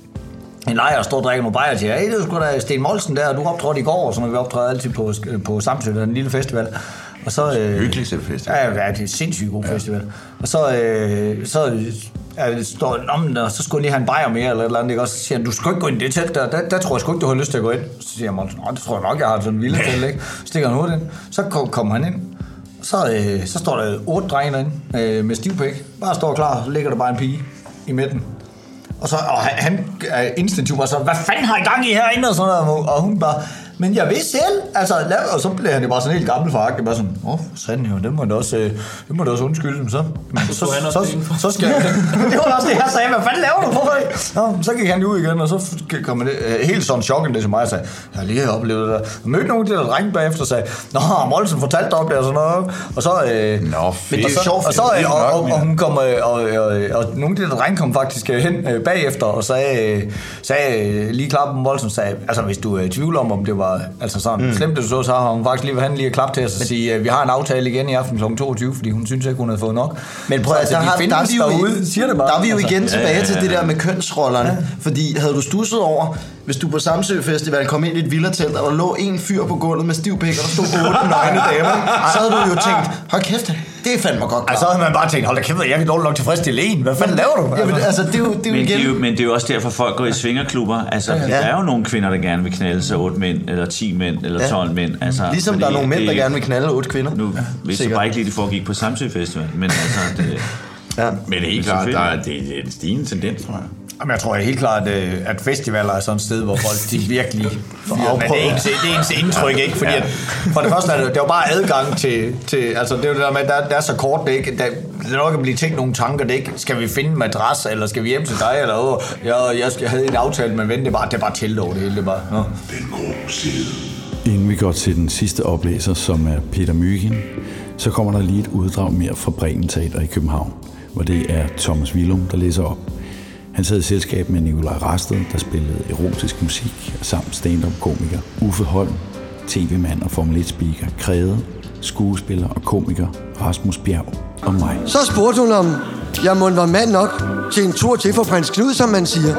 en lejr og står og drikker nogle bajer og siger, hey, det er sgu da Sten Molsen der, du optrådte i går, så vi optræder altid på, på Samsø, der er en lille festival. Og så, øh, hyggelig festival. Ja, ja, det er en sindssygt god festival. Og så, øh, så ja, står om den, og så skulle jeg lige have en bajer mere, eller et eller andet, ikke? Og så siger han, du skal ikke gå ind i det telt der, der, der tror jeg sgu ikke, du har lyst til at gå ind. Så siger jeg, det tror jeg nok, jeg har sådan en vilde telt, ikke? Så stikker han hovedet ind, så kommer han ind, så, øh, så står der otte drenge derinde øh, med stivpæk, bare står klar, så ligger der bare en pige i midten. Og så og han, han er instinktivt bare så, hvad fanden har I gang i herinde? Og, sådan noget, og hun bare, men jeg ved selv. Altså, og så blev han jo bare sådan helt gammel for bare sådan, åh, oh, sanden jo, det må da også, det må da også undskylde. Så, men, så, så, så, så skal jeg, det var også det, jeg sagde, hvad fanden laver du på det? Nå, så gik han ud igen, og så kom det helt sådan chokkende til mig og sagde, jeg har lige oplevet det der. Jeg mødte nogle af de der drenge bagefter og sagde, nå, Molsen fortalte op der og sådan noget. Og så, øh, nå, fedt. Og, så, og, så, og, og, og hun kom, og, og, og, og nogle af de der drenge kom faktisk hen øh, bagefter og sagde, sagde lige klap på Molsen, sagde, altså hvis du er i tvivl om, om det var altså sådan mm. slemt, det du så, så har hun faktisk lige han lige at klappe til os og sige, at vi har en aftale igen i aften klokken toogtyve, fordi hun synes ikke, hun havde fået nok. Men prøv at altså, de der, findes der, der, derude, siger det bare. Der er vi jo igen altså, tilbage ja, ja, ja. til det der med kønsrollerne. Ja. Fordi havde du stusset over, hvis du på Samsø Festival kom ind i et villatelt, og der lå en fyr på gulvet med stivpæk, og der stod otte nøgne damer, så havde du jo tænkt, hold kæft, det er fandme godt klart. Altså, så havde man bare tænkt, hold da kæft, jeg kan dårligt nok tilfredsstille en. Hvad fanden laver du? Jamen, altså, det er jo, det er jo men, igen... det er jo, men det er jo også derfor, folk går i svingerklubber. Altså, ja. Der er jo nogle kvinder, der gerne vil knalde sig otte mænd, eller ti mænd, eller tolv ja. mænd. Altså, ligesom der er nogle mænd, der gerne vil knalde otte kvinder. Nu ja. vidste jeg bare ikke lige, det foregik på Samsø Festival, men altså... Det, ja. Men det er helt klart, der er, det er en stigende tendens, tror jeg. Jamen, jeg tror helt klart, at festivaler er sådan et sted, hvor folk de virkelig fyrer. Men det er ens, det er ens indtryk, ikke? Fordi at, for det første er det, det er jo bare adgang til, til altså det er jo det der med, der, der er så kort, det ikke, der, det er nok at blive tænkt nogle tanker, det ikke, skal vi finde en madras, eller skal vi hjem til dig, eller åh, jeg, jeg, jeg havde en aftale med en ven, det er bare, det er bare telt over det hele, det er bare, nå. Den grå side. Inden vi går til den sidste oplæser, som er Peter Mygind, så kommer der lige et uddrag mere fra Bremen Teater i København, hvor det er Thomas Willum, der læser op. Han sad i selskab med Nikolaj Rasted, der spillede erotisk musik, samt stand-up-komiker Uffe Holm, tv-mand og Formel et-speaker Krede, skuespiller og komiker Rasmus Bjerg og mig. Så spurgte hun, om jeg måtte være mand nok til en tur til for prins Knud, som man siger.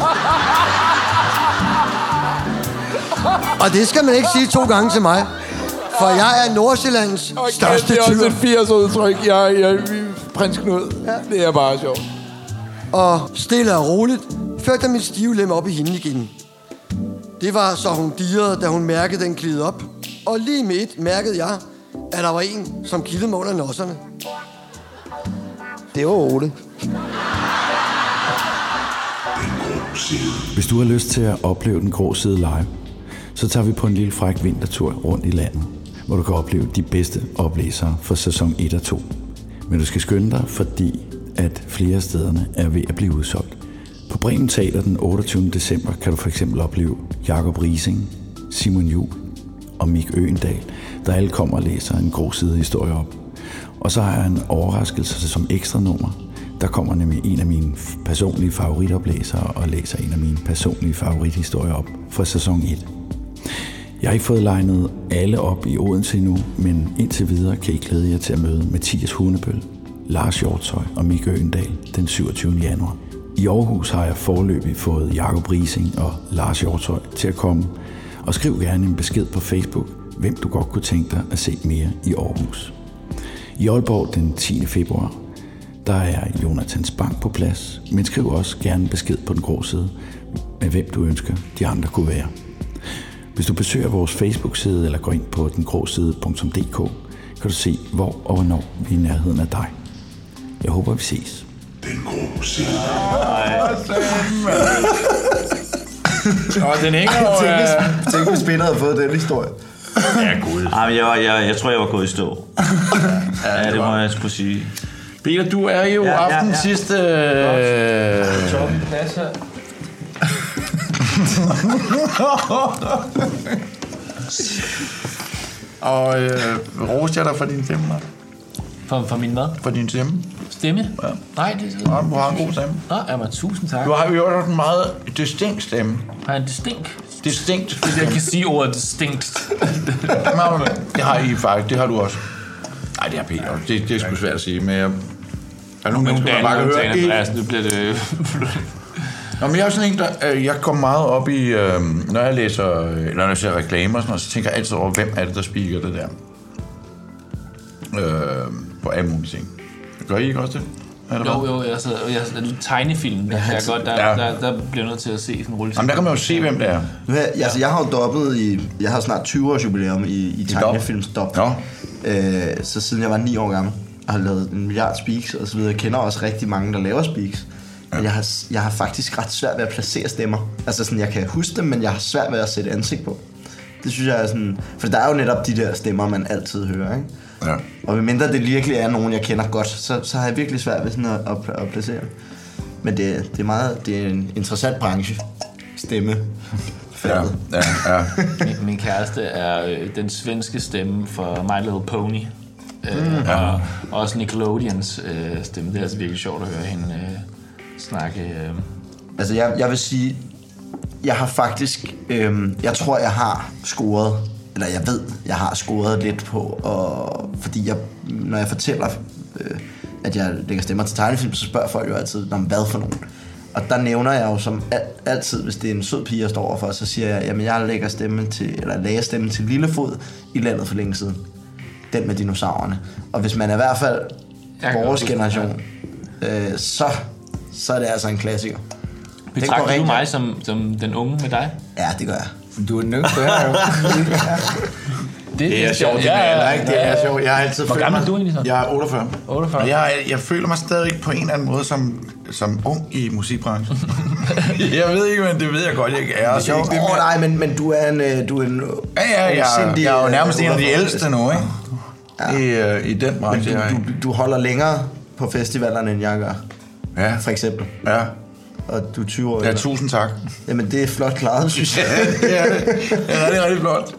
Og det skal man ikke sige to gange til mig, for jeg er Nordsjællands okay, største tyr. Det er også et firs udtryk. Jeg, jeg, prins Knud. Ja. Det er bare sjovt. Og stille og roligt førte jeg mit stive lem op i hende igen. Det var så hun dirrede, da hun mærkede den glide op. Og lige midt mærkede jeg, at der var en, som kildede mig under nosserne. Det var Ole. Hvis du har lyst til at opleve Den Grå Side live, så tager vi på en lille fræk vintertur rundt i landet, hvor du kan opleve de bedste oplæsere for sæson et og to. Men du skal skynde dig, fordi at flere af stederne er ved at blive udsolgt. På Bremen Teater den otteogtyvende december kan du for eksempel opleve Jakob Rising, Simon Juhl og Mik Øgendal, der alle kommer og læser En Grå Side historie op. Og så har jeg en overraskelse som ekstra nummer. Der kommer nemlig en af mine personlige favoritoplæsere og læser en af mine personlige favorithistorier op fra sæson et. Jeg har ikke fået legnet alle op i Odense endnu, men indtil videre kan I glæde jer til at møde Mathias Hunebøl, Lars Hjortshøj og Mik Øgendal den syvogtyvende januar. I Aarhus har jeg foreløbig fået Jakob Rising og Lars Hjortshøj til at komme, og skriv gerne en besked på Facebook, hvem du godt kunne tænke dig at se mere i Aarhus. I Aalborg den tiende februar, der er Jonathan Spang på plads, men skriv også gerne besked på Den Grå Side med hvem du ønsker de andre kunne være. Hvis du besøger vores Facebook-side eller går ind på dengråside punktum d k, kan du se, hvor og hvornår vi er i nærheden af dig. Jeg håber, vi ses. Den Grå Side. Nå, den hænger jo... Tænk, hvis Peter havde fået den historie. Ja, gud. Ah, jeg, jeg, jeg tror, jeg var gået i stå. Ja, det må jeg sgu sige. Peter, du er jo ja, aftens ja, ja. sidste... Øh... Toppen plads her. Og øh, roste jeg dig for din stemme, Mark? For, for min hvad? For din stemme. Stemme? Ja. Nej, det er... Ja, du har en god stemme. Nå, jamen, tusind tak. Du har jo også en meget distinkt stemme. Har jeg en distinkt? Distinkt. Hvis jeg kan sige ordet distinkt. Det har I faktisk, det har du også. Nej, det er Peter. Det, det er sgu svært at sige, men jeg... Der er nogle Nogle mennesker, der bare kan høre... Andreas, nu bliver det... Nå, men jeg er sådan en, der... Øh, jeg kommer meget op i... Øh, når jeg læser... Eller når jeg ser reklamer og sådan noget, så tænker jeg altid over, hvem er det, der speaker det der. Øh, på alle mulige ting. Gør I ikke også det? Jo, jo, jeg sidder, jeg sidder tegnefilm, der, jeg godt, der, ja. der, der bliver nødt til at se sådan en rulle. Jamen, der kan man jo se, hvem det er. Ja, altså, jeg har jo dobbet i... Jeg har snart tyve års jubilæum i, i tegnefilmsdop. Ja. Øh, så siden jeg var ni år gammel, og har lavet en milliard speaks og så videre. Jeg kender også rigtig mange, der laver speaks. Ja. Men jeg har, jeg har faktisk ret svært ved at placere stemmer. Altså sådan, jeg kan huske dem, men jeg har svært ved at sætte ansigt på. Det synes jeg er sådan... For der er jo netop de der stemmer, man altid hører, ikke? Ja. Og medmindre det virkelig er nogen, jeg kender godt, så, så har jeg virkelig svært ved sådan at, at, at placere. Men det, det, er meget, det er en interessant branche. Stemme. Ja, ja, ja. min, min kæreste er øh, den svenske stemme for My Little Pony. Øh, Mm. Ja. Og også Nickelodeons øh, stemme. Det er altså virkelig sjovt at høre hende øh, snakke. Øh. Altså, jeg, jeg vil sige, jeg har faktisk... Øh, jeg tror, jeg har scoret... Eller jeg ved, jeg har scoret lidt på, og fordi jeg, når jeg fortæller, øh, at jeg lægger stemmer til tegnefilm, så spørger folk jo altid, hvad for nogen. Og der nævner jeg jo som al- altid, hvis det er en sød pige, jeg står overfor, så siger jeg, jamen jeg lægger stemme til, eller lagde stemme til Lillefod i Landet for længe siden. Den med dinosaurerne. Og hvis man er i hvert fald vores generation, øh, så, så er det altså en klassiker. Betragter du mig som, som den unge med dig? Ja, det gør jeg. Du er nødt til at jo. Det, det er sjovt, det er ikke. Det er sjovt. Jeg har altid Hvor gammel er du egentlig så? Jeg er otteogfyrre. otteogfyrre. Og jeg, jeg føler mig stadig på en eller anden måde som, som ung i musikbranchen. Jeg ved ikke, men det ved jeg godt, jeg ikke er. Det er sjovt. Åh oh, nej, men, men du er en... Du er en ja, ja, jeg, jeg, jeg er jo nærmest en af de ældste nu, ikke? Ja. I, I den branche. Men du, du, du holder længere på festivalerne, end jeg gør. Ja. For eksempel. Ja. Og du er tyve år. Ja, tusind tak. Jamen, det er flot klaret, synes jeg. Ja, det er rigtig, rigtig flot.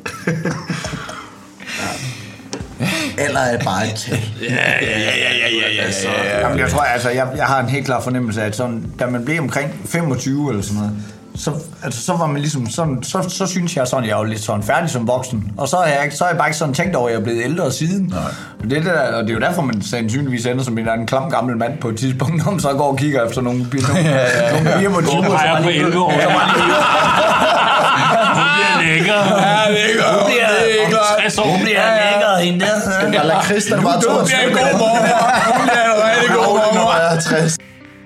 Eller er det bare et tal? Ja, ja, ja, ja, ja, ja, altså, jamen, jeg tror, altså, jeg, jeg har en helt klar fornemmelse af, at sådan, da man blev omkring femogtyve eller sådan noget, så, altså, så var man ligesom sådan, så, så synes jeg sådan, jeg var lidt sådan færdig som voksen. Og så har jeg, så har jeg bare ikke sådan tænkt over, at jeg er blevet ældre siden. Nej. Det, der, og det er jo derfor, man sandsynligvis ender som en eller anden klam gammel mand på et tidspunkt, når man så går og kigger efter nogle piger. Nogle piger på tyve år. Hun på elleve år. Hun bliver lækker. Ja, lækker. Hun bliver tres år. Hun bliver lækker, hende der. Eller Christian bare to. Hun bliver en god mormor. Hun bliver en rigtig god mormor. Når jeg er tres.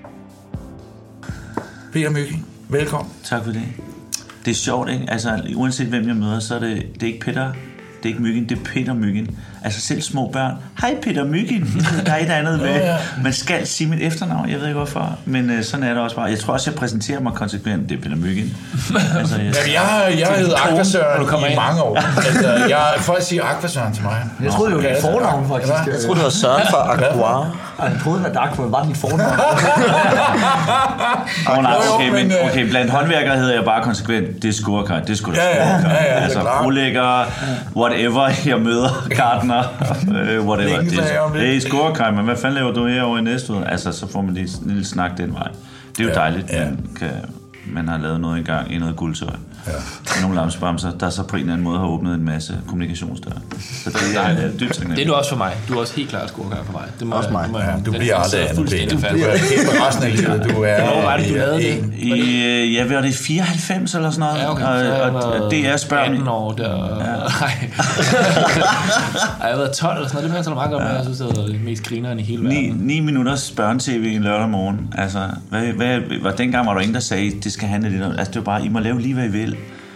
Peter Mygind, velkommen. Tak for det. Det er sjovt, ikke? Altså, uanset hvem jeg møder, så er det, det er ikke Peter, det er ikke Mygind, det er Peter Mygind. Altså selv små børn. Hej Peter Mygind. Der er et andet med. Man skal sige mit efternavn, jeg ved ikke hvorfor. Men uh, sådan er det også bare. Jeg tror også, jeg præsenterer mig konsekvent. Det er Peter Mygind. Altså, jeg, Jamen, jeg, jeg hedder Aquasøren i mange år. Altså, jeg, folk siger Aquasøren til mig. Jeg troede, det var dit fornavn, faktisk. Jeg troede, det var Søren fra Aqua. Jeg troede, at Aqua var dit fornavn. oh, nej, okay, men okay, blandt håndværkere hedder jeg bare konsekvent. Det er skurkar. Det er sgu da skurkar. Altså, brolægger, whatever, jeg møder, gartner, uh, whatever. Det er skurkar, men hvad fanden laver du herovre i Næstved? Altså, så får man lige en lille snak den vej. Det er jo dejligt, ja, ja. Man, kan, man har lavet noget engang i noget guldtøj. Ja. Nogle lamsbamser, der så på en eller anden måde har åbnet en masse kommunikationsdøre. Så det er dybt taknemmelig. Det er du også for mig. Du er også helt klart skurkar for mig. Det må også mig. Ja, du bliver aldrig andet ben. Du bliver helt på resten af livet. Du er... Hvor var det, du lavede det? I, ja, var det fireoghalvfems eller sådan noget? Ja, okay. Og, og, og det er spørgsmål. atten år der. Ja. Nej. Jeg har været tolv eller sådan noget. Det passer meget godt med. Jeg synes, det var det mest grinerende i hele verden. ni minutters børne-tv en lørdag morgen. Altså, hvad, hvad, hvad, dengang var der ingen, der sagde, det skal handle lidt om. Altså, det var bare, I må lave lige, hvad I vil.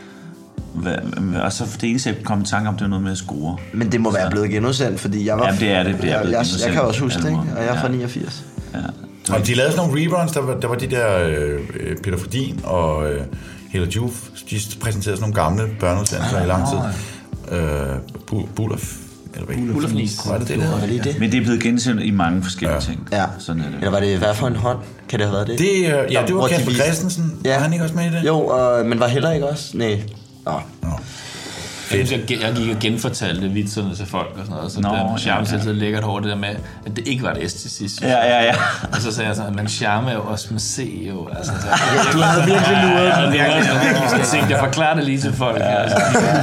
Og så det eneste, jeg kom i tanke om, det var noget med at score. Men det må være blevet genudsendt, fordi jeg var... Jamen, det er det. det er jeg, jeg, jeg kan også huske det, ikke? Og jeg er fra niogfirs. Ja. Og de lavede sådan nogle reruns, der var, der var de der øh, Peter Fordin og øh, Hella Juf, de præsenterede sådan nogle gamle børneudsendelser ah, i lang tid. Øh, Bullerf. Bullerfnis. Var det det, det, det, det? Men det er blevet gensendt i mange forskellige ja. ting. Ja. Sådan er det. Eller var det hvad for en hånd? Kan det have været det? det øh, ja, det var Kasper Christensen. Ja. Var han ikke også med i det? Jo, øh, men var Heller ikke også? Nej. Nå. Nå. Jeg, jeg, jeg gik og genfortalte vitserne til folk og sådan noget, så Nå, der charme ja, ja. så lækkert over det der med, at det ikke var et S til sidst. Ja, ja, ja. Og så sagde jeg sådan, men charme er jo også med C jo. Altså, så, du havde virkelig luret. Ja, virkelig, virkelig set. Jeg forklarer det lige til folk. Ja. Altså,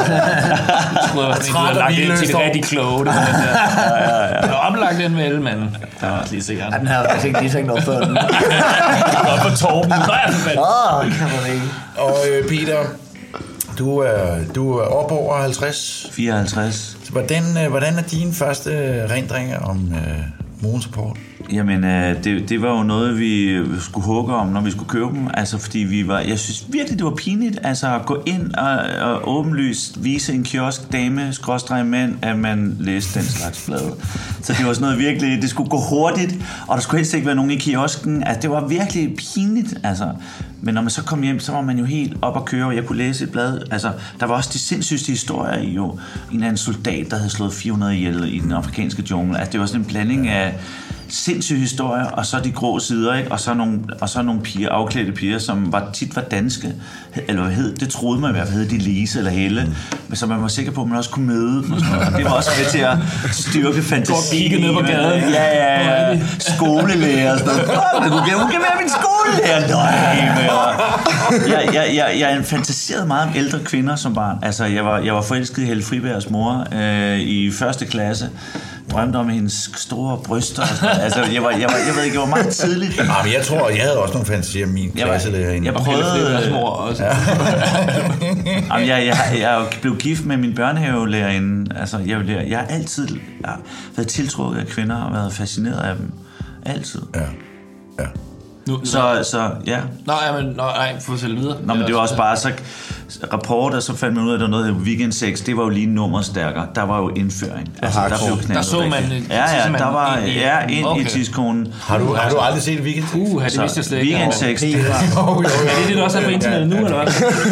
jeg troede, at jeg havde lagt ind til det rigtig kloge. Det var oplagt den med alle, men det var lige sikkert. Ja, den her har jeg ikke lige tænkt over før. Den op på Torben. Åh, kan man ikke. Og øh, Peter, du er, du er op over halvtreds. fireoghalvtreds. Så hvordan, øh, hvordan er dine første rendringer om øh, morgensupport? Jamen, øh, det, det var jo noget, vi skulle hugge om, når vi skulle købe dem. Altså, fordi vi var... Jeg synes virkelig, det var pinligt, altså at gå ind og, og åbenlyst vise en kiosk, dame, skråstreg mænd, at man læste den slags blade. Så det var sådan noget virkelig... Det skulle gå hurtigt, og der skulle helst ikke være nogen i kiosken. Altså, det var virkelig pinligt, altså... Men når man så kom hjem, så var man jo helt op at køre, og jeg kunne læse et blad. Altså, der var også de sindssygste historier i jo. En eller anden soldat, der havde slået fire hundrede ihjel i den afrikanske jungle. Altså, det var sådan en blanding af sindssyge historier, og så de grå sider, ikke? Og så nogle, og så nogle piger, afklædte piger, som var, tit var danske. Eller hvad hed, det troede man i hvert fald, hed de Lise eller Helle. Men så man var sikker på, at man også kunne møde. Og, og det var også med til at styrke fantasien. Gå ned på gaden. Ja, ja, ja. Skolelærer og sådan noget. Hun kan, hun kan være min skolelærer. Nej, jeg, jeg, jeg, jeg fantaserede meget om ældre kvinder som barn. Altså, jeg var, jeg var forelsket i Helle Fribergs mor øh, i første klasse. Drømte om hendes store bryster. Altså, jeg var, jeg var, jeg ved ikke, jeg var meget tidligt. Ja, men jeg tror, jeg havde også nogle fantasier om min klasselærer. Jeg, jeg prøvede... mor også. Ja. Jamen, jeg, jeg, jeg blev gift med min børnehavelærerinde. Altså, jeg, jeg, jeg har altid jeg har været tiltrukket af kvinder og været fascineret af dem. Altid. Ja, ja. Nu, så, så, ja. Nå, ja, men, nå, nej, fortæl videre. Nå, men det var også bare så rapporter, så fandt man ud af, at der var noget, der Weekend sex, det var jo lige nummer stærkere. Der var jo indføring. Altså, der blev knaldet. Der så man... Ja, ja, der var ind i, ja, ind okay. i tidskonen. Har du, har du aldrig set Weekend sex? Uh, det vidste jeg slet ikke. Weekend sex. Det var... Er det det, der også er på internettet nu, eller hvad?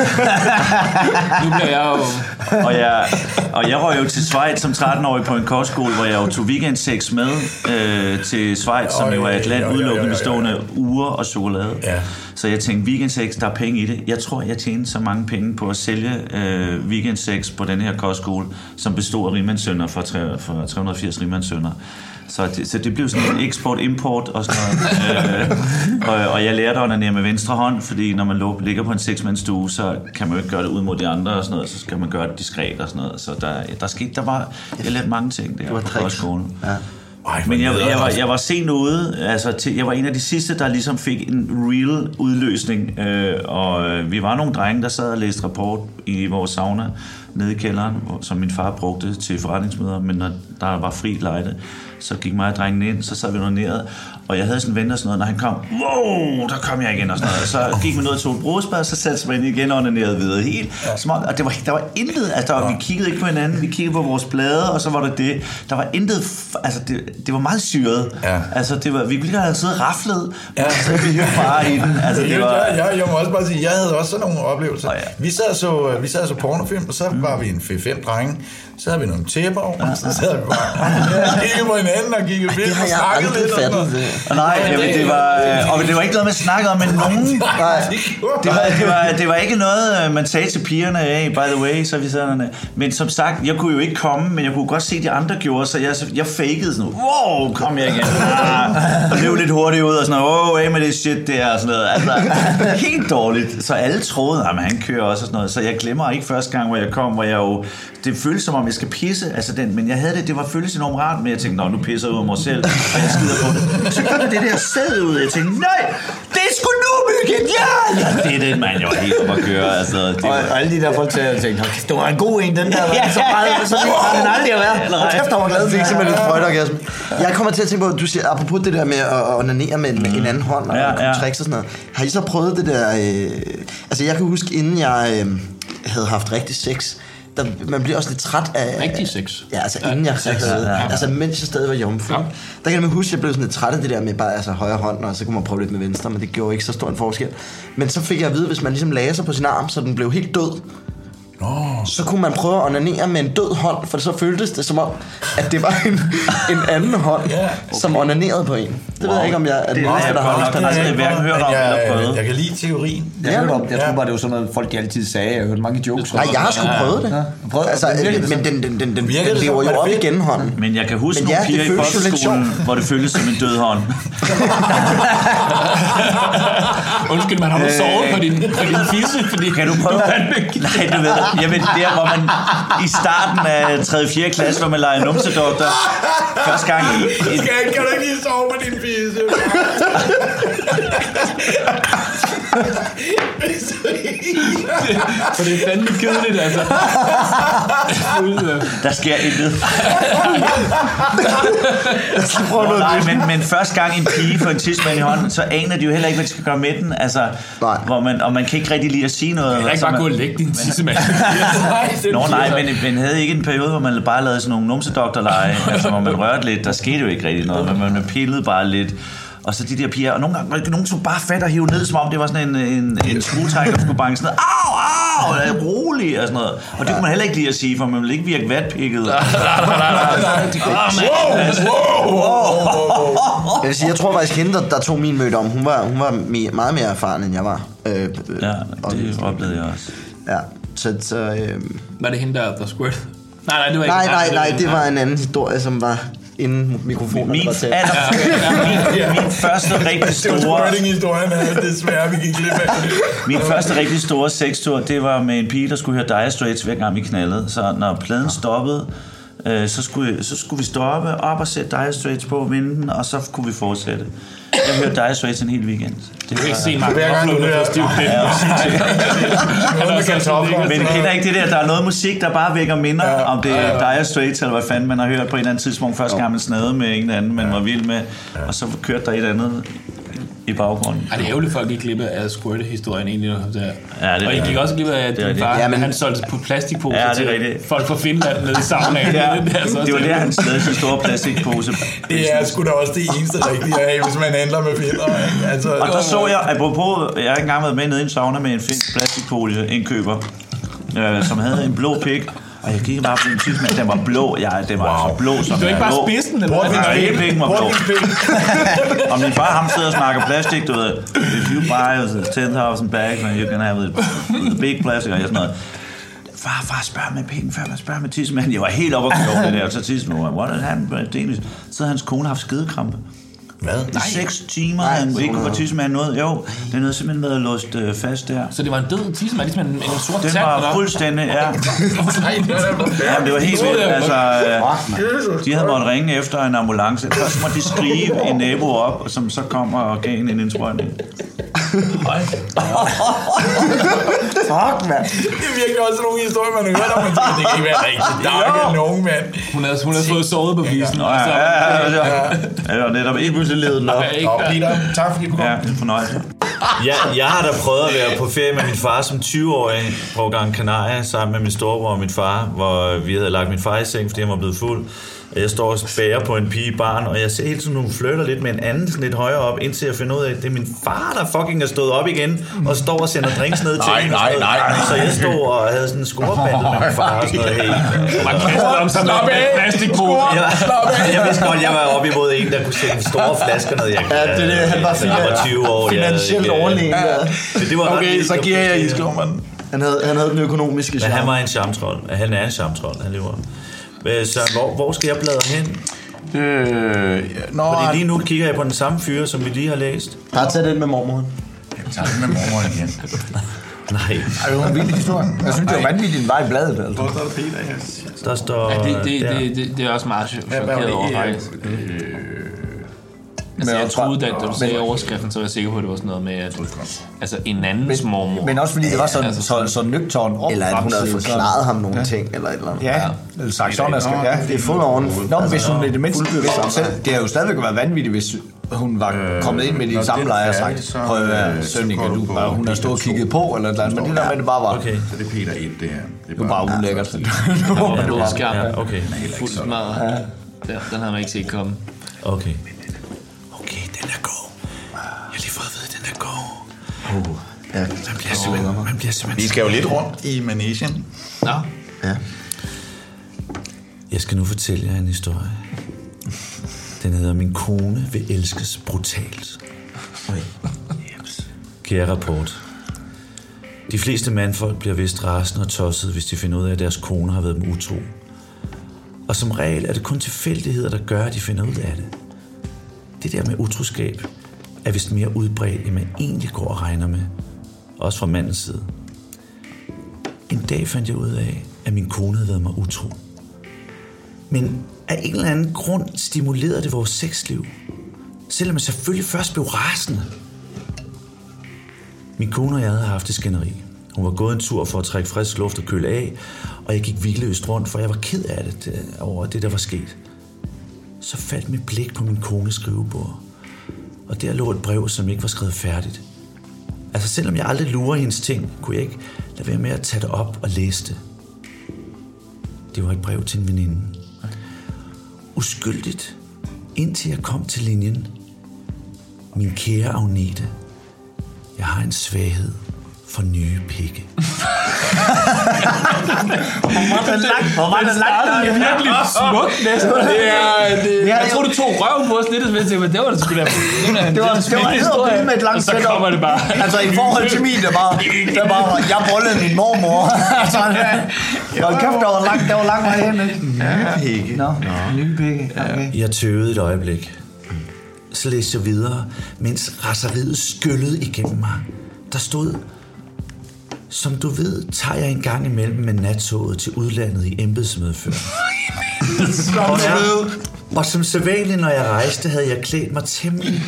Nu bliver jeg jo... Og jeg, og jeg røg jo til Schweiz som tretten-årig på en kostskole, hvor jeg jo tog weekend sex med øh, til Schweiz, som jo er et land udelukkende bestående af uger og chokolade. Ja. Så jeg tænkte, weekend sex, der er penge i det. Jeg tror, jeg tjente så mange penge på at sælge øh, weekend sex på den her kostskole, som bestod af rimandssønner for, for tre hundrede og firs rimandssønner. Så det, så det blev sådan en eksport-import og sådan noget. øh, og, og jeg lærte at onanere med venstre hånd, fordi når man lå, ligger på en seksmandsstue, så kan man jo ikke gøre det ud mod de andre og sådan noget, så skal man gøre det diskret og sådan noget. Så der, der skete, der var, jeg lærte mange ting der på kostskolen. Ja. Ej, men jeg, jeg, var, jeg var sent ude, altså til, jeg var en af de sidste, der ligesom fik en real udløsning, øh, og øh, vi var nogle drenge, der sad og læste rapport i vores sauna nede i kælderen, hvor, som min far brugte til forretningsmøder, men når der var fri lejde, så gik mig og drengen ind, så sad vi ned, og jeg havde sådan en ven og sådan noget, når han kom, wow, der kom jeg igen og sådan noget, så gik vi ned og tog et brugsbad, så satte man igen og onanerede videre, helt småt, og det var, der var intet, altså der var, vi kiggede ikke på hinanden, vi kiggede på vores blade, og så var det det, der var intet, altså det, det var meget syret, ja. Altså det var, vi ville ikke have siddet og raflet, ja. Så vi hørte bare i den, altså det var... Jeg, jeg, jeg må også bare sige, jeg havde også sådan nogle oplevelser, oh, ja. Vi sad så, vi sad så pornofilm, og så mm. var vi en fem drenge, så havde vi nogle tæpper over, ja. Så sad vi bare kiggede på hinanden og kiggede film og snakkede lidt. Og nej, jamen, det var, og det var ikke noget, man snakkede om med nogen. Nej, det var, det var, det var ikke noget, man sagde til pigerne, hey, by the way, så vi sådan. Men som sagt, jeg kunne jo ikke komme, men jeg kunne godt se, at de andre gjorde, så jeg, jeg fakede sådan noget. Wow, kom jeg igen. Ah, og løb lidt hurtigt ud og sådan noget. Wow, hey med det shit der og sådan noget. Altså, helt dårligt. Så alle troede, at han kører også og sådan noget. Så jeg glemmer ikke første gang, hvor jeg kom, hvor jeg jo... Det føltes som om, jeg skal pisse, altså den, men jeg havde det, det var føltes enormt rart, men jeg tænkte, nå, nu pisser jeg ud af mig selv, og jeg skider på det. Så kom det der sæd ud, og jeg tænkte, nej, det er sgu nu, Myggen, ja! Det er den, man, jeg var helt op at køre, altså. Det og, var... og alle de der folk til, jeg tænkte, det var en god en, den der, ja, så meget, så har den aldrig at være. Og kæft, der var glad. Jeg fik simpelthen et sprøjteorgasme. Jeg kommer til at tænke på, du siger, apropos det der med at onanere med, med en anden hånd, og ja, ja. Tricks og sådan noget. Har I så prøvet det der, øh... altså jeg kan huske, inden jeg øh, havde haft rigtig sex, der, man bliver også lidt træt af... Rigtig sex? Ja, altså inden jeg sex, ja, ja, ja. Altså mens jeg stadig var jomfru. Ja. Der kan man huske, at jeg blev sådan lidt træt af det der med bare altså, højre hånd, og så kunne man prøve lidt med venstre, men det gjorde ikke så stor en forskel. Men så fik jeg at vide, hvis man ligesom lagde sig på sin arm, så den blev helt død, Oh. Så kunne man prøve at onanere med en død hånd, for så føltes det som om, at det var en, en anden hånd, yeah, okay. som onanerede på en. Det wow. ved jeg ikke, om jeg er den eneste, der har haft det. Jeg har hverken hørt om eller prøvet. Jeg kan lide teorien. Jeg, ja, jeg, jeg tror bare, det var sådan noget, folk de altid sagde. Jeg har hørt mange jokes. Nej, jeg har sgu prøvet det. Ja. Prøvet, altså, men den, den, den, den, den lever jo op igen hånden. Men jeg kan huske nogle piger i folkeskolen, hvor det føltes som en død hånd. Undskyld, man har du sovet på din, på din fisse, fordi kan du prøve? Nej, du ved, jeg ved, der hvor man i starten af tredje fjerde klasse, hvor man leger numsedoktor, første gang i... i kan, kan du ikke lige sove på din fisse? For det er fandme kedeligt, altså. Der sker intet. oh, nej, men, men første gang en pige får en tidsmand i hånden, så aner de jo heller ikke, hvad de skal gøre med den. Altså, hvor man, og man kan ikke rigtig lide at sige noget. Jeg kan ikke bare man, gå og lægge din tidsmand. Nå nej, men man havde ikke en periode, hvor man bare lavede sådan nogle numsedoktorleje, altså hvor man rørte lidt. Der skete jo ikke rigtig noget, men man pillede bare lidt. Og så de der piger, og nogle gange, nogen tog bare fat og hive ned, som om det var sådan en, en, en skruetrækker, der skulle banke sådan noget. Au, au, det er rolig, og sådan noget. Og det kunne man heller ikke lide at sige, for man ville ikke virke vatpikket. Jeg vil sige, jeg tror faktisk, hende, der, der tog min møde om, hun var, hun var me, meget mere erfaren, end jeg var. Øh, ja, det oplevede jeg også. Ja, så... så øh... Var det hende, der, der squirt? Nej, nej, det var ikke. Nej, nej, nej, det var en anden historie, som var... inden mikrofonen min, var tæt. Ja, ja. min, min første rigtig store... Det historien er desværre, vi gik glip af. Min første rigtig store sextur, det var med en pige, der skulle høre Dire Straits, hver gang vi knaldede. Så når pladen stoppede, øh, så, skulle, så skulle vi stoppe op og sætte Dire Straits på og vinde den, og så kunne vi fortsætte. Jeg hørte Dire Straits en hel weekend. Det kan ikke se mig. Hver gang du hører Steve Pitt. Men kender ikke det der, der er noget musik, der bare vækker minder, ja, om det er Dire Straits, eller hvad fanden man har hørt på en eller anden tidspunkt, første gang man snadede med en anden, man var vild med, og så kørte der et andet i baggrunden. Ej, det er ærgerligt, folk gik glip af squirte-historien egentlig. Der. Ja, det og I gik også glip af, at din far, ja, men han solgte på plastikposer ja, til folk fra Finland nede i saunaen. Ja, det var der, han sted sin store plastikpose. Det er sgu da også det eneste rigtige at have, hvis man handler med finder. Altså, og der så jeg, apropos, jeg har ikke engang været med nede i en sauna med en finsk plastikpose indkøber, øh, som havde en blå pik. Og jeg kiggede bare på den tidsmand, den var blå. Ja, den var wow. så blå, som det var ikke bare spidsen, eller hvad? Nej, hele pikken var blå. Og min far, ham sidder og snakker plastik, du ved. If you buy ten thousand bags, you can have the big plastic, og sådan noget. Far, far, spørg med pikken, før man spørger med tidsmanden. Jeg var helt oppe og køre det der, og så tidsmanden, what had happened? Så havde hans kone haft skidekrampe. Hvad? I seks timer havde han ikke kunne få tidsmanden noget. Jo, den havde simpelthen været låst øh, fast der. Så det var en død tidsmand, ligesom en, en sort den tand? Den var fuldstændig, ja. Jamen, det var helt vildt. Altså, øh, de havde måttet ringe efter en ambulance. Først måtte de skrive en nabo op, som så kom og gav en indsprøjtning. Fuck, mand. Det er virkelig også nogle historier, man har hørt om, men det kan ikke være rigtigt. Der er ikke nogen, mand. Hun havde, hun havde fået sovet på visen. Ja, ja, ja, ja. Det var netop ikke pludselig ledet den op. Peter, tak fordi du kom. Ja, det er en fornøjelse. Ja, jeg har da prøvet at være på ferie med min far som tyve-årig på Gran Canaria, sammen med min storebror og min far, hvor vi havde lagt min far i seng, fordi han var blevet fuld. Jeg står og spærer på en pige i baren, og jeg ser hele tiden, hun flytter lidt med en anden sådan lidt højere op, indtil jeg finder ud af, at det er min far, der fucking er stået op igen, og står og sender drinks ned til hende. Nej, nej, nej. Så jeg stod og havde sådan en scorebande med min far og sådan noget helt. Man kaster om sig med plastikpose. Jeg vidste godt, jeg var oppe imod en, der kunne sætte store flasker ned. Jeg, ja, det er det, han var, han var tyve år. Finansielt overlegen. Okay, så giver jeg isklummeren. Han havde, han havde den økonomiske charme. Men han var en charmtrold. Han er en charmtrold. Han lever. Så hvor, hvor skal jeg bladre hen? Øh, nå, Fordi lige nu kigger jeg på den samme fyre, som vi lige har læst. Bare tag den med mormoren. Jeg tager den med mormoren igen. Nej. Ej, det var en vild historie. Jeg synes, det var vanvittigt, den var i bladet. Altså. Hvor står der Peter? Yes. Der står... Ja, det, det, det, det, det er også meget chokeret over, faktisk. Altså, jeg troede, at da du sagde overskriften, så var jeg sikker på, at det var sådan noget med, at altså, en andens mormor. Men også fordi det var sådan, altså, så, så nøgtern op. Eller at hun havde forklaret ham nogle ja. ting, eller et eller andet. Ja, eller sagt sådan, at skal, ja. Det er fuld oven. Nå, men hvis hun i det mindste selv, det har jo stadigvæk været vanvittigt, hvis hun var kommet ind med de samme lejre og sagt, prøv at søn, kan du bare, hun har stået og kigget på, eller et eller andet, men det der med, det bare var. Okay, så det er Peter et, det her. Det er bare ulækkert. Det var skærmt. Okay. Fuldt smadret. Den har man ikke set komme. Okay. Okay, den er god. Jeg har lige fået at vide, den er god. Uh, Ja. Man bliver simpelthen... Man bliver simpelthen Vi skal jo lidt rundt i Manesien. Nå. Ja. Jeg skal nu fortælle jer en historie. Den hedder Min kone vil elskes brutalt. Kære rapport. De fleste mandfolk bliver vist rasende og tosset, hvis de finder ud af, at deres kone har været dem utro. Og som regel er det kun tilfældigheder, der gør, at de finder ud af det. Det der med utroskab er vist mere udbredt, end man egentlig går og regner med. Også fra mandens side. En dag fandt jeg ud af, at min kone havde været mig utro. Men af en eller anden grund stimulerede det vores sexliv. Selvom jeg selvfølgelig først blev rasende. Min kone og jeg havde haft et skænderi. Hun var gået en tur for at trække frisk luft og køle af, og jeg gik hvileløst rundt, for jeg var ked af det over det, der var sket. Så faldt mit blik på min kones skrivebord, og der lå et brev, som ikke var skrevet færdigt. Altså selvom jeg aldrig lurer hendes ting, kunne jeg ikke lade være med at tage det op og læse det. Det var et brev til en veninde. Uskyldigt, indtil jeg kom til linjen. Min kære Agnete, jeg har en svaghed for nye pikke. Hvor var det langt? Hvor var det langt? Det er virkelig smukt næsten. Det er, det, Ja, jeg tror du tog røven på os lidt, men det var det sgu da. Det var det var helt med et langt og så setup. kommer det bare. Altså i forhold til min, der var, der var jeg bollede min mormor. Altså, og kæft, der var langt, der var langt vej hen. Nye pikke. Nå, nye pikke. Okay. Jeg tøvede et øjeblik. Så læste jeg videre, mens raseriet skyllede igennem mig. Der stod: som du ved, tager jeg en gang imellem med nattoget til udlandet i embedsmedføring. og, jeg, og som sædvanligt, når jeg rejste, havde jeg klædt mig temmelig...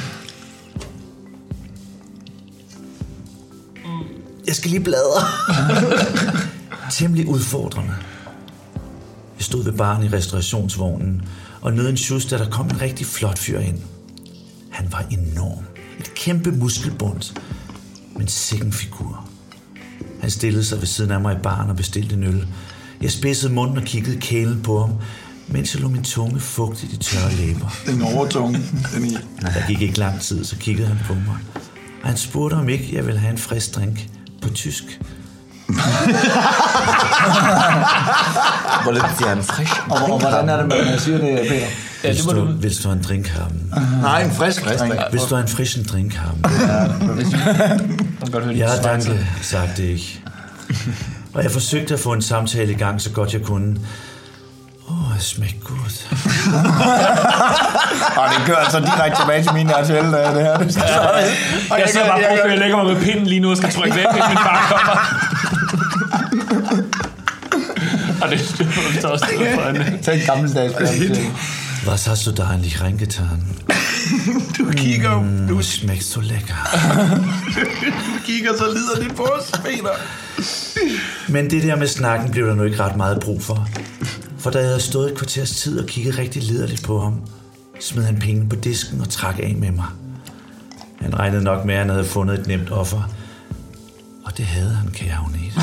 Jeg skal lige bladre. Temmelig udfordrende. Jeg stod ved baren i restaurationsvognen og nød en sjus, da der kom en rigtig flot fyr ind. Han var enorm. Et kæmpe muskelbundt, men sikken figur. Han stillede sig ved siden af mig i baren og bestilte en øl. Jeg spidsede munden og kiggede kælen på ham, mens jeg lå min tunge fugtigt i tørre læber. Den overtunge. Den i. Der gik ikke lang tid, så kiggede han på mig. Og han spurgte, om ikke jeg ville have en frisk drink på tysk. Hvor lidt siger han frisk? Og, og hvordan er det, med, man siger det, Peter? Ja, det må du... Vil du have en drink ham? Nej, en frisk drink. Vil du have en frisk drink ham? Ja, danke, sagde ikke. Og jeg forsøgte at få en samtale i gang, så godt jeg kunne. Åh, oh, det smagte godt. Og det kører altså direkte tilbage til mine aktuelle dage, det her. Det ja. Jeg, jeg sidder bare på, at jeg lægger mig med pinden lige nu og skal trykke væk, hvis min far kommer. Og det er også det for en... Tag en gammeldags blandt. Was hast du da eigentlich reingetan? Du kigger... Mm, du smagte så lækker. Du kigger så liderligt på os, Peter. Men det der med snakken blev der nu ikke ret meget brug for. For da jeg havde stået et kvarters tid og kigget rigtig liderligt på ham, smed han penge på disken og trak af med mig. Han regnede nok med, at han havde fundet et nemt offer. Og det havde han, kære Agnete.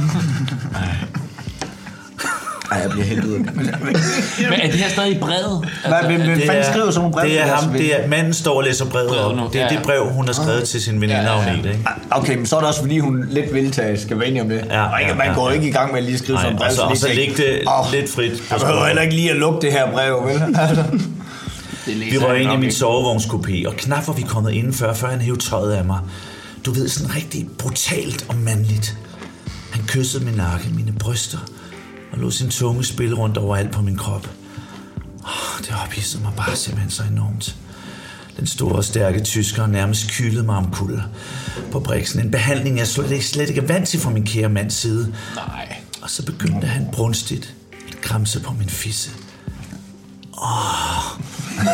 Ej, jeg bliver helt ud af det. Men er det her stadig i brevet? Altså, hvem hvem fanden skriver sådan nogle brev? Det er ham, det er manden står og læser brevet op. Det er det brev, hun har skrevet til sin veninde ja, ja, ja. Agnete, ikke? Okay, men så er det også fordi, hun lidt vil tage, skal være enig om det. Ja, og ikke, ja, man ja, går ja. ikke i gang med at lige skrive sådan et brev. Og så, og så lægge det oh, lidt frit. Jeg behøver heller ikke lige at lukke det her brev, vel? Altså. Vi var inde i min sovevognskopé, og knap var vi kommet indenfor, før han hævde tøjet af mig. Du ved, sådan rigtig brutalt og mandligt. Han kyssede min nakke, mine bryster, og lod sin tunge spille rundt overalt på min krop. Oh, det ophidsede mig bare simpelthen så enormt. Den store, stærke tysker nærmest kyldede mig om kul på briksen. En behandling, jeg slet ikke, slet ikke er vant til fra min kære mands side. Nej. Og så begyndte han brunstigt at kramse på min fisse. Åh. Oh.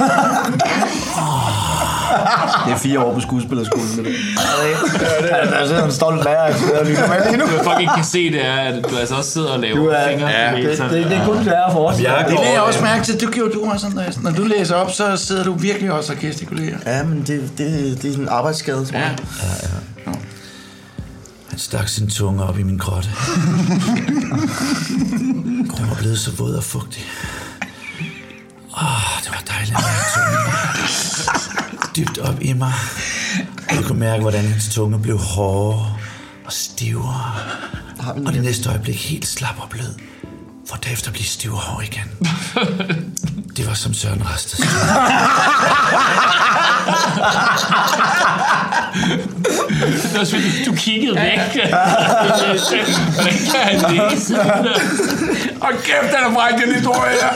Det er fire år på skuespillerskolen med det. Der er sådan en stolt lærer, jeg sidder og lytter med lige nu. Det folk ikke kan se, det er, at du altså også sidder og laver er, fingre. Ja, det, det, det er kun lærer for os. Det lægger jeg også mærke til. Du gjorde du også, Andreas. Når du læser op, så sidder du virkelig også og gestikulerer. Ja, men det, det, det er en arbejdsskade, tror jeg. Ja, ja. Han stak sin tunge op i min grotte. Den var blevet så våd og fugtig. Åh, oh, det var dejligt at mærke tungen dybt op i mig. Jeg kunne mærke, hvordan hans tunge blev hårdere og stivere. Og det næste øjeblik helt slap og blød. For derefter blive stiv og hård igen. Det var som Søren Rasted. Det var selvfølgelig, du kiggede væk. Hvordan kan han læse? Og kæft, den er fræk, den historie her.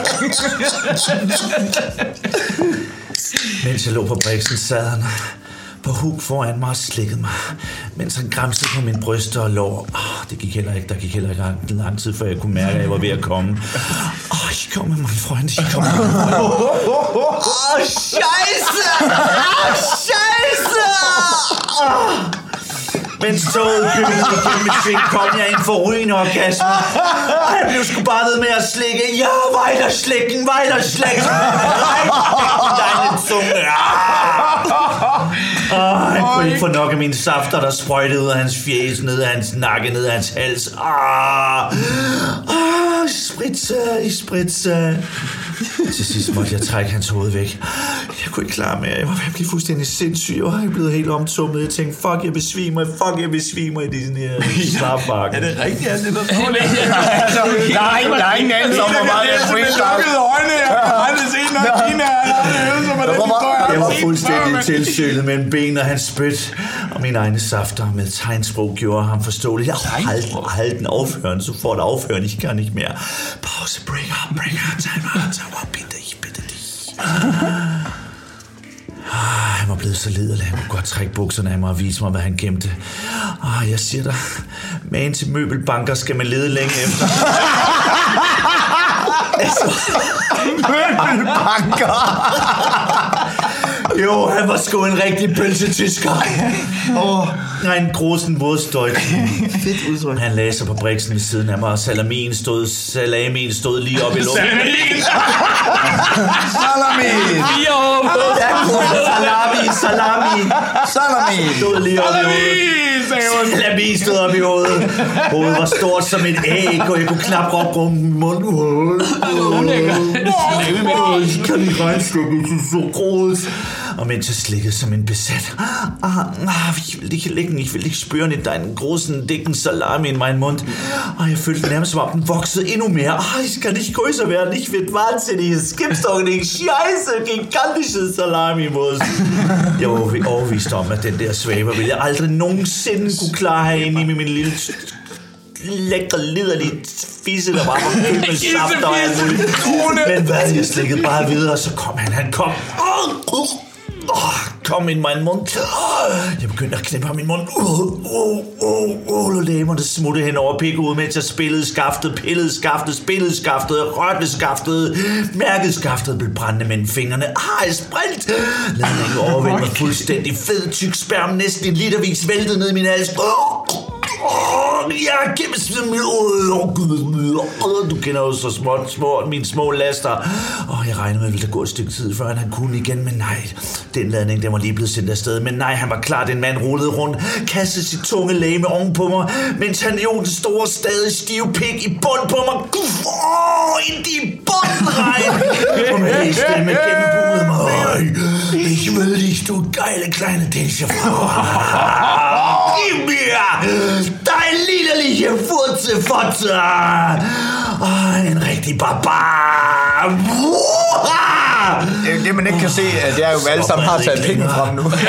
Mens jeg lå på briksen, sad han på huk foran mig og slikkede mig, mens han gramsede på mine bryster og lår. Oh, det gik heller ikke, der gik heller ikke lang tid, før jeg kunne mærke, at jeg var ved at komme. Åh, oh, I kom med mig, Freund, I kom med mig. Åh, oh, scheisse! Åh, oh, scheisse! Oh. Mens toget gyldede igennem mit sving, kom jeg ind for rygende orgasme. Og jeg blev sgu bare ved med at slikke. Ja, weiter slikken, weiter slikken. Deine Zunge. Åh, han kunne ikke få nok af mine safter, der sprøjtede ud af hans fjes, ned af hans nakke, ned af hans hals. Åh, åh, spritse, i spritse. Til sidst måtte jeg trække hans hoved væk. Jeg kunne ikke klare mere. Jeg var ved at blive fuldstændig sindssyg, og jeg blev helt omtumlet. Jeg tænkte, fuck, jeg besvimer, fuck, jeg besvimer i de her slapbakker. Er det rigtigt, at det er noget Der er ingen, der er ingen anden, som var meget af lukkede øjne, jeg kan aldrig se, når Kina er. Jeg var fuldstændig tilsølet mellem ben og hans spyt, og mine egne safter med tegnsprog gjorde ham forståeligt. Hold den, hold den afføren, så får det afføren, I kan ikke mere. Pause, break up, break up, time out, time out, bitte, bitte, han var blevet så liderlig, han kunne godt trække bukserne af mig og vise mig, hvad han gemte. Ah, jeg siger dig, magen til møbelbanker skal man lede længe efter. Møbelbanker! Jo, han var sgu en rigtig pølsetysker. Åh, oh, en grosen modstøjt. Fedt udtryk. Han lagde sig på briksen ved siden af mig, og salamien stod, salamien stod lige op i luften. Salamien! Salami! Salami, salami. Salami! Stod lige op i hovedet. Salami stod op i hovedet. Hovedet var stort som et æg, og jeg kunne klappe op på munden. Kan I regnstykke til så groet? Og mens jeg slikkede som en besat. Ah, ah, jeg ville ikke lægge den, jeg ville ikke spørge den. Der er en großen, dicken salami in meinen Mund. Og jeg følte nærmest, som om den voksede endnu mere. Ah, ich kann nicht größer werden, ich wird wahnsinnig. Es gibt's doch nicht. Scheiße, gigantische Salami-Wurst. Jeg var overvist om, at den der svæver ville jeg aldrig nogensinde kunne klare herinde i med min lille lækre, liderlige fisse, der var på køb med saft og alt muligt. Men hvad, jeg slikkede bare videre, og så kom han, han kom. Oh, kom ind i min mund. Jeg begyndte at knæppe ham i min mund. Uh, uh, uh, uh, Læmerne smutte hen over pikkehovedet, mens jeg spillede skaftet, pillede skaftet, spillede skaftet, rørte skaftet, mærkede skaftet, blev brændende mellem fingrene. Ah, jeg sprint! Ladningen overvældte mig fuldstændig. Fed, tyk sperm, næsten en litervis væltede ned i min hals. Oh, ja, du kender jo så småt, små, mine små laster. Og oh, jeg regnede med, at det ville gå et stykke tid, før han kunne igen, men nej. Den ladning, den var lige blevet sendt afsted. Men nej, han var klar, den mand rullede rundt, kastede sit tunge læme oven på mig, mens han jo den store, stadig stive pik i bund på mig. Guff, åh, oh, ind i bunden, regn. Og med en stemme gennembuede mig. Ich will dich, du geile kleine Dächefrau. Gib mir dein liederliche Furze-Fotze. Oh, en rigtig barbar. Det, man ikke kan se, det er jo, at alle sammen har taget penge frem nu. det,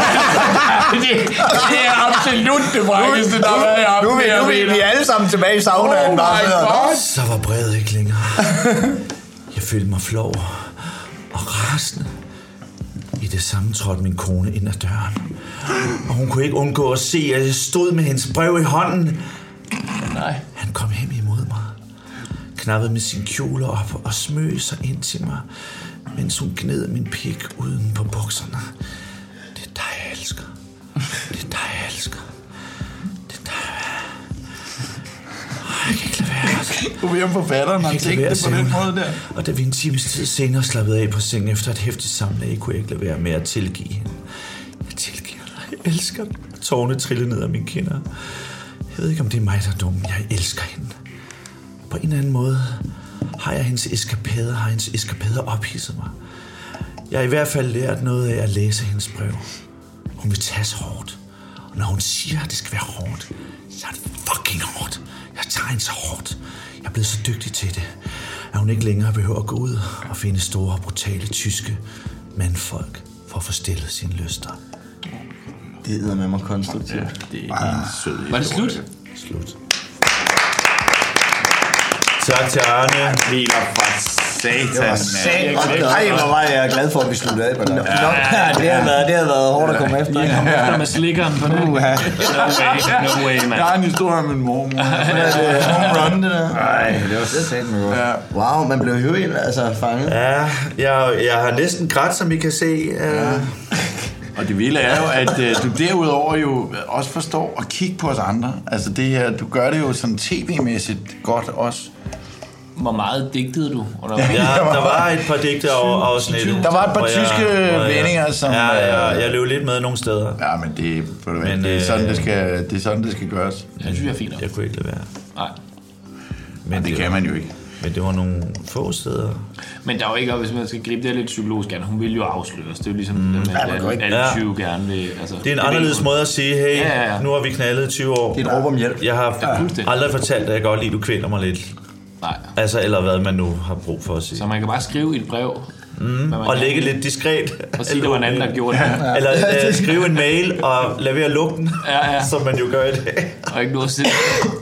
det er absolut det brækkeste, der har været i aften. Nu er vi, vi er alle sammen tilbage i saunaen. Oh så var brevet ikke længere. Jeg følte mig flov og rasende. I det samme trådte min kone ind ad døren. Og hun kunne ikke undgå at se, at jeg stod med hendes brev i hånden. Nej. Han kom hen imod mig, knappede med sin kjole op og smøg sig ind til mig, mens hun gned min pik uden på bukserne. Det er dig, jeg elsker. Det er dig, jeg elsker. Det er dig, jeg kan ikke lade være. Du vil hjemme forfatteren, han tænkte det på den måde der. Og da vi en times tid senere slappede af på sengen efter et hæftigt samlag, kunne jeg ikke lade være med at tilgive hende. Jeg tilgiver dig. Jeg elsker dig. Tårerne trillede ned af mine kinder. Jeg ved ikke, om det er mig, der er dum. Jeg elsker hende. På en eller anden måde har jeg hendes eskapader, har hendes eskapader ophidset mig. Jeg har i hvert fald lært noget af at læse hendes brev. Hun vil tages hårdt, Og når hun siger, at det skal være hårdt, så er det fucking hårdt. Jeg tager hende så hårdt. Jeg er blevet så dygtig til det, at hun ikke længere behøver at gå ud og finde store, brutale, tyske mandfolk for at få stillet sine lyster. Det hedder med mig konstruktivt. Ja, det er en sød. Var det slut? Slut. Tak til Arne. Hviler fra satan. Ej, hvor var jeg glad for, at vi sluttede af på det. Ja, det har været, det har været hårdt at komme efter. Jeg kom efter med slikkeren på det. No way, no way, man. Jeg har en historie med min mormor. Det er home run, det der. Nej, det var satan med godt. Wow, man blev jo helt altså fanget. Ja, jeg, jeg har næsten grædt, som I kan se. Ja. Og det vilde er jo, at øh, du derudover jo også forstår at kigge på os andre. Altså det her, du gør det jo sådan tv-mæssigt godt også. Hvor meget digtede du? Ja, der var et par digte afsnit. Der var et par tyske vendinger, som... Ja, jeg, jeg løb lidt med nogle steder. Ja, men det, men, det, er, sådan, det, skal, det er sådan, det skal gøres. Jeg synes, jeg er fint. Jeg kunne ikke lade være. Nej. Men det, det kan man jo ikke. Men det var nogle få steder. Men der er jo ikke, hvis man skal gribe det lidt psykologisk gerne, hun vil jo afsløres. Det er jo ligesom mm. det med, at alle tyve gerne vil... Altså, det er en anderledes måde at sige, hey, ja, ja, ja. Nu har vi knaldet tyve år. Det er et råb om hjælp. Jeg har ja, aldrig fortalt, at jeg godt lide, at du kvæler mig lidt. Nej. Altså, eller hvad man nu har brug for at sige. Så man kan bare skrive et brev. Mm. Og lægge lidt diskret. Og sige, det var en anden, der gjorde det. Ja. Eller uh, skrive en mail og lade være at lukke den, ja, ja. Som man jo gør i dag. Og ikke noget at sige.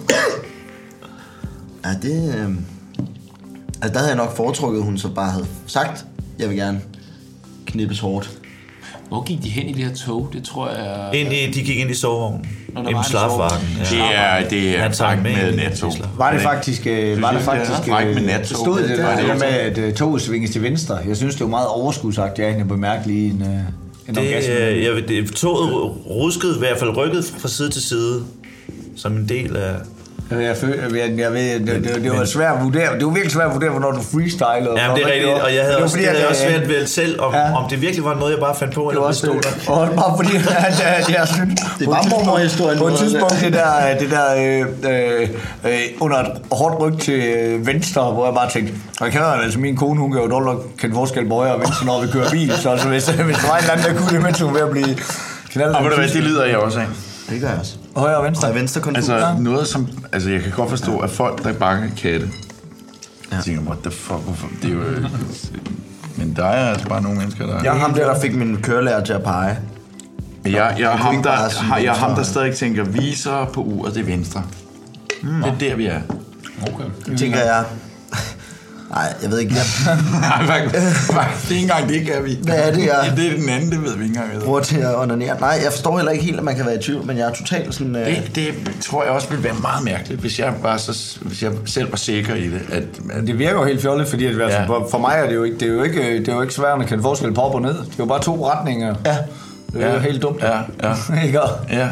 Ja, det... Øh... Altså, der havde jeg nok foretrukket, hun så bare havde sagt, jeg vil gerne knippes hårdt. Hvor gik de hen i det her tog? Det tror jeg... Ind i, de gik ind i sovevognen. Ind i slapvagnen. Ja. Det er, det er frækt med, med nattog. Var det faktisk... Var det faktisk... Frækt med nattog. Stod det der, det der med, at toget svinges til venstre? Jeg synes, det var meget overskudsagt. Jeg er egentlig bemærkelig i en, en det, jeg ved, det, toget ruskede i hvert fald rykket fra side til side. Som en del af... Jeg, føler, jeg, jeg ved, det, det, det var svært at vurdere. Det var virkelig svært at vurdere, hvornår du freestylede. Ja, det er rigtigt, og jeg havde, også, fordi, det havde også svært ved selv, om, ja. om det virkelig var noget, jeg bare fandt på, eller det stod der. Og bare fordi, at jeg, jeg synes, det var mormorhistorien. På et tidspunkt, det der, det der øh, øh, under et hårdt ryg til venstre, hvor jeg bare tænkte, og jeg kender altså min kone, hun kan jo dårligt kende forskel på højre og venstre, når vi kører bil, så altså, hvis, hvis der var en eller anden, der kunne det, mens hun var ved at blive knaldet. Og ved du hvad, det lider jeg også af. Det gør jeg også. Højre og venstre. Og venstre kun altså noget som... Altså jeg kan godt forstå, at folk, der bare kan katte, ja. tænker, what the fuck, hvorfor? Det er jo... men der er altså bare nogle mennesker, der... Jeg er ham der, der fik min kørelærer til at pege. Men jeg, jeg, jeg, er ham, der, har, jeg er ham, der stadig tænker, viser på uret, det er venstre. Mm. Det er der, vi er. Okay. Det tænker jeg... Nej, jeg ved ikke. Nej, faktisk, det er ikke engang det, kan vi. Hvad er det, jeg... Det er den anden, det ved vi ikke engang. Bruger til at onanere. Nej, jeg forstår heller ikke helt, at man kan være i tvivl, men jeg er totalt sådan... Uh... Det, det tror jeg også ville være meget mærkeligt, hvis jeg, bare så, hvis jeg selv var sikker i det. At, at... Det virker jo helt fjollet, fordi at, altså, ja. for mig er det jo ikke, det er jo ikke, det er jo ikke svært at kende forskel på op og ned. Det er jo bare to retninger. Ja. Det er ja. jo helt dumt. Ja, ja. Ikke? Ja.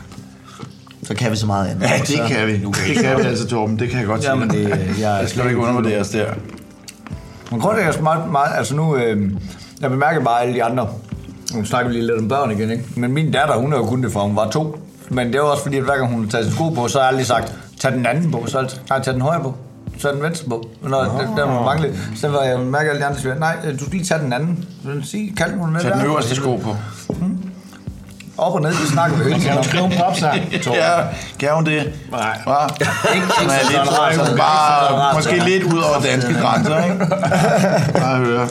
Så kan vi så meget andet. Ja, det så... kan vi. Det kan vi altså, Torben. Det kan jeg godt sige. Jamen, det, jeg, jeg skal ikke undervurderes der. Men grund er meget, meget, altså nu, øh, jeg bemærker bare alle de andre, nu snakker vi lige lidt om børn igen, ikke? Men min datter, hun er jo kun det, for hun var to. Men det er også fordi, at hver gang hun tager sin sko på, så har jeg aldrig sagt, tag den anden på, så nej, tag den højre på, så den venstre på. Når oh. det, der var manglet, så var jeg mærker alle de andre, siger, nej, du skal lige tage den anden. Sig, kald hun med der. Tag den øverste sko på. Hmm. Op og ned, det snakker vi ikke. Skal hun proppe sig? Ja, kan hun det? Nej. Hva? Ikke sådan rart. Bare måske lidt ud over danske grænser, ikke? Bare høre.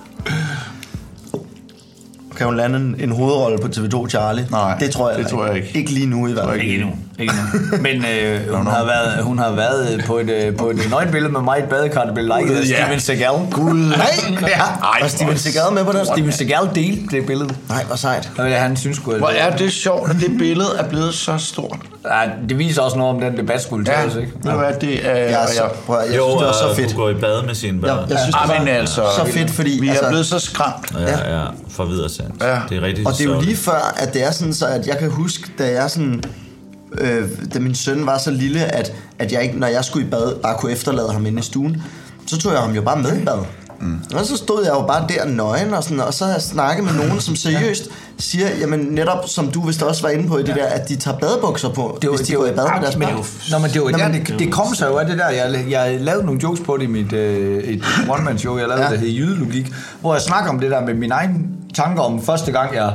Kan hun lande en, en hovedrolle på T V to Charlie? Nej, det tror jeg, det tror jeg ikke. Ikke lige nu i hvert fald. Ikke endnu. Ikke endnu. Men øh, hun, har været, hun har været på et, på et nøgenbillede med mig i et badekar, der blev liket af Steven Seagal. Gud. Nej, ja. Var Steven Seagal med på det? Steven Seagal delte det billede. Nej, hvor sejt. Det han synes sgu. Hvor er det sjovt, at det billede er blevet så stort. Ja, det viser også noget om den debat skulle tages, ikke? Ved du hvad, det er... Jeg, så, prøv, jeg jo, synes, det var så fedt. Jo, gå i bad med sine børn. Jeg, jeg synes, det var men altså, så fedt, fordi... Vi er altså, blevet så skræmt. Ja, ja, for videre sandt. Ja. Det er rigtigt. Og det er jo lige før, at det er sådan, så at jeg kan huske, da jeg sådan... Øh, da min søn var så lille, at, at jeg ikke, når jeg skulle i bad, bare kunne efterlade ham inde i stuen, så tog jeg ham jo bare med i bad. Mm. Og så stod jeg jo bare der nøgen og sådan, og så har jeg snakket med nogen, som seriøst siger, jamen netop som du vist også var inde på i det der, at de tager badebukser på, det var, hvis de går i bad med deres børn. Nå, men det var der, det, det kom så jo af det der, jeg, jeg lavede nogle jokes på det i mit øh, et one-man show, jeg lavede, ja. Der hed Jydelogik, hvor jeg snakker om det der med mine egne tanker om første gang, jeg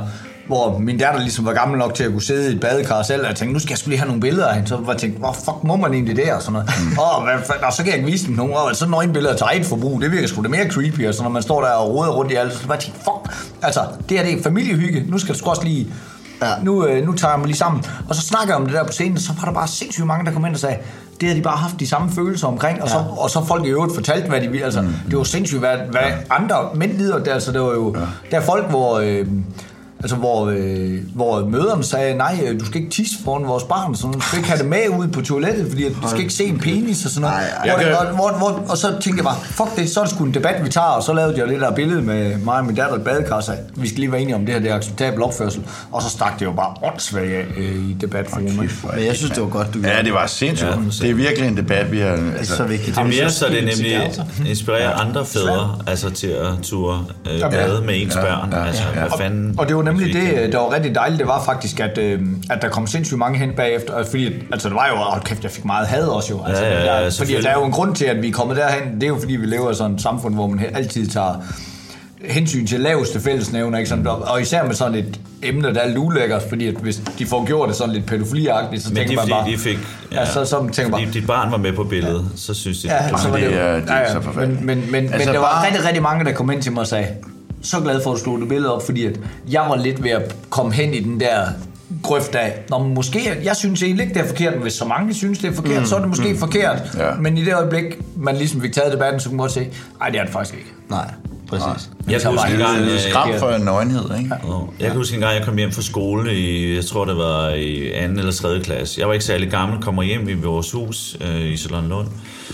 hvor min datter ligesom var gammel nok til at kunne sidde i et badekar selv, og jeg tænkte, nu skal jeg skulle lige have nogle billeder af hende. Så var jeg tænkt, hvor fuck må man egentlig det og sådan noget. Mm. Og, og så kan jeg ikke vise dem nogen, og sådan nogle billeder til eget forbrug, det virker sgu da mere creepy, og så når man står der og roder rundt i alt, så var jeg tænkt, fuck, altså, det her det er familiehygge, nu skal du sgu også lige, ja. nu, øh, nu tager jeg mig lige sammen. Og så snakker jeg om det der på scenen, så var der bare sindssygt mange, der kom ind og sagde, det havde de bare haft de samme følelser omkring, og så, ja. og så folk i øvrigt fortalte, hvad de ville. Altså, mm. det var sindssygt, hvad, hvad ja. andre mænd lider. Der, altså, det var jo, ja. der er folk, hvor... Øh, Altså, hvor, øh, hvor møderne sagde, nej, du skal ikke tisse foran vores barn, så du skal ikke have det med ud på toilettet, fordi du skal ikke se en penis og sådan noget. Ej, ej, hvor, hvor, hvor, hvor, og så tænkte jeg bare, fuck det, så er det sgu en debat, vi tager, og så lavede jeg det der billede med mig og min datter i badekar, så vi skal lige være enige om det her, det er acceptabel opførsel, og så stak det jo bare åndssvagt øh, i debatforumet. Men jeg synes, det var godt, du Ja, det var sindssygt. Ja. Det er virkelig en debat, vi har... Altså, det er så vigtigt. Det er mere så det nemlig inspirerer andre fædre, altså til at ture øh, bade med ens børn. Altså, hvad fanden... Og det var nemlig det, der var rigtig dejligt, det var faktisk, at, øh, at der kom sindssygt mange hen bagefter, fordi, altså det var jo, åh kæft, jeg fik meget had også jo, altså, ja, ja, ja, der, fordi der er jo en grund til, at vi er kommet derhen, det er jo fordi, vi lever i sådan et samfund, hvor man altid tager hensyn til laveste fællesnævner, ikke? Sådan, og især med sådan et emne, der er lulækkert, fordi at hvis de får gjort det sådan lidt pædofiliagtigt, så men tænker de, man bare... de fik, ja, ja, så, så tænker fordi bare, dit barn var med på billedet, ja. så synes de, ja, det, så var det, det, er, det er ja, ja, så forfærdeligt. Men, men, men, altså men der var bare... rigtig, rigtig mange, der kom hen til mig og sagde, så glad for, at du slog det billede op, fordi at jeg var lidt ved at komme hen i den der grøft af, når måske, jeg synes egentlig ikke, det er forkert, men hvis så mange synes, det er forkert, mm, så er det måske mm, forkert. Ja. Men i det øjeblik, man ligesom fik taget debatten, så kunne man godt sige, nej, det er det faktisk ikke. Nej, præcis. Jeg kan huske en gang, det er skram for en nøgenhed, ikke? Ja. Jeg kan huske en gang, jeg kom hjem fra skole i, jeg tror det var i anden eller tredje klasse. Jeg var ikke særlig gammel, kommer hjem i vores hus øh, i Charlottenlund.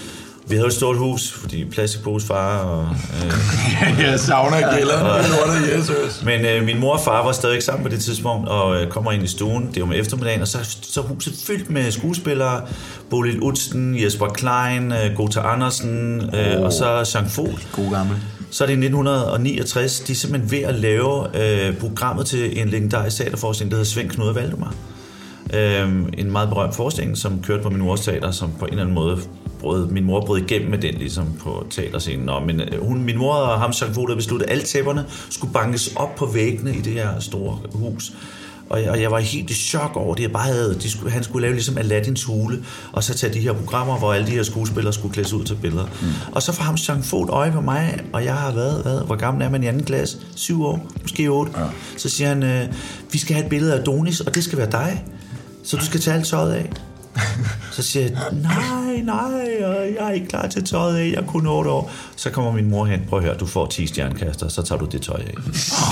Vi havde et stort hus, fordi plastikpose far og... Øh, jeg savner gælderne. Men øh, min mor og far var stadig sammen på det tidspunkt, og øh, kommer ind i stuen, det var med eftermiddagen, og så, så huset fyldt med skuespillere, Bodil Udsten, Jesper Klein, øh, Gota Andersen, øh, oh. og så Jean Fod. God gammel. Så er det i nitten niogtres, de er simpelthen ved at lave øh, programmet til en legendarisk teaterforestilling, der hedder Svend Knud og Valdemar. Øh, en meget berømt forestilling, som kørte på min mors teater, som på en eller anden måde brød, min mor brød igennem med den ligesom på teaterscenen. Nå, men hun, min mor og ham, Jean Fod, besluttede, at alle tæpperne skulle bankes op på væggene i det her store hus. Og jeg, og jeg var helt i chok over det. Jeg bare havde, de skulle, han skulle lave ligesom Aladdins hule, og så tage de her programmer, hvor alle de her skuespillere skulle klædes ud til billeder. Mm. Og så får ham Jean Fod øje på mig, og jeg har været, hvad, hvor gammel er man i anden klasse? Syv år, måske otte. Ja. Så siger han, øh, vi skal have et billede af Adonis, og det skal være dig. Så du skal tage alt tøjet af. Så siger jeg, nej, nej, jeg er ikke klar til tøjet af, jeg er kun otte år. Så kommer min mor hen, prøv at høre, du får ti stjernekaster, så tager du det tøj af.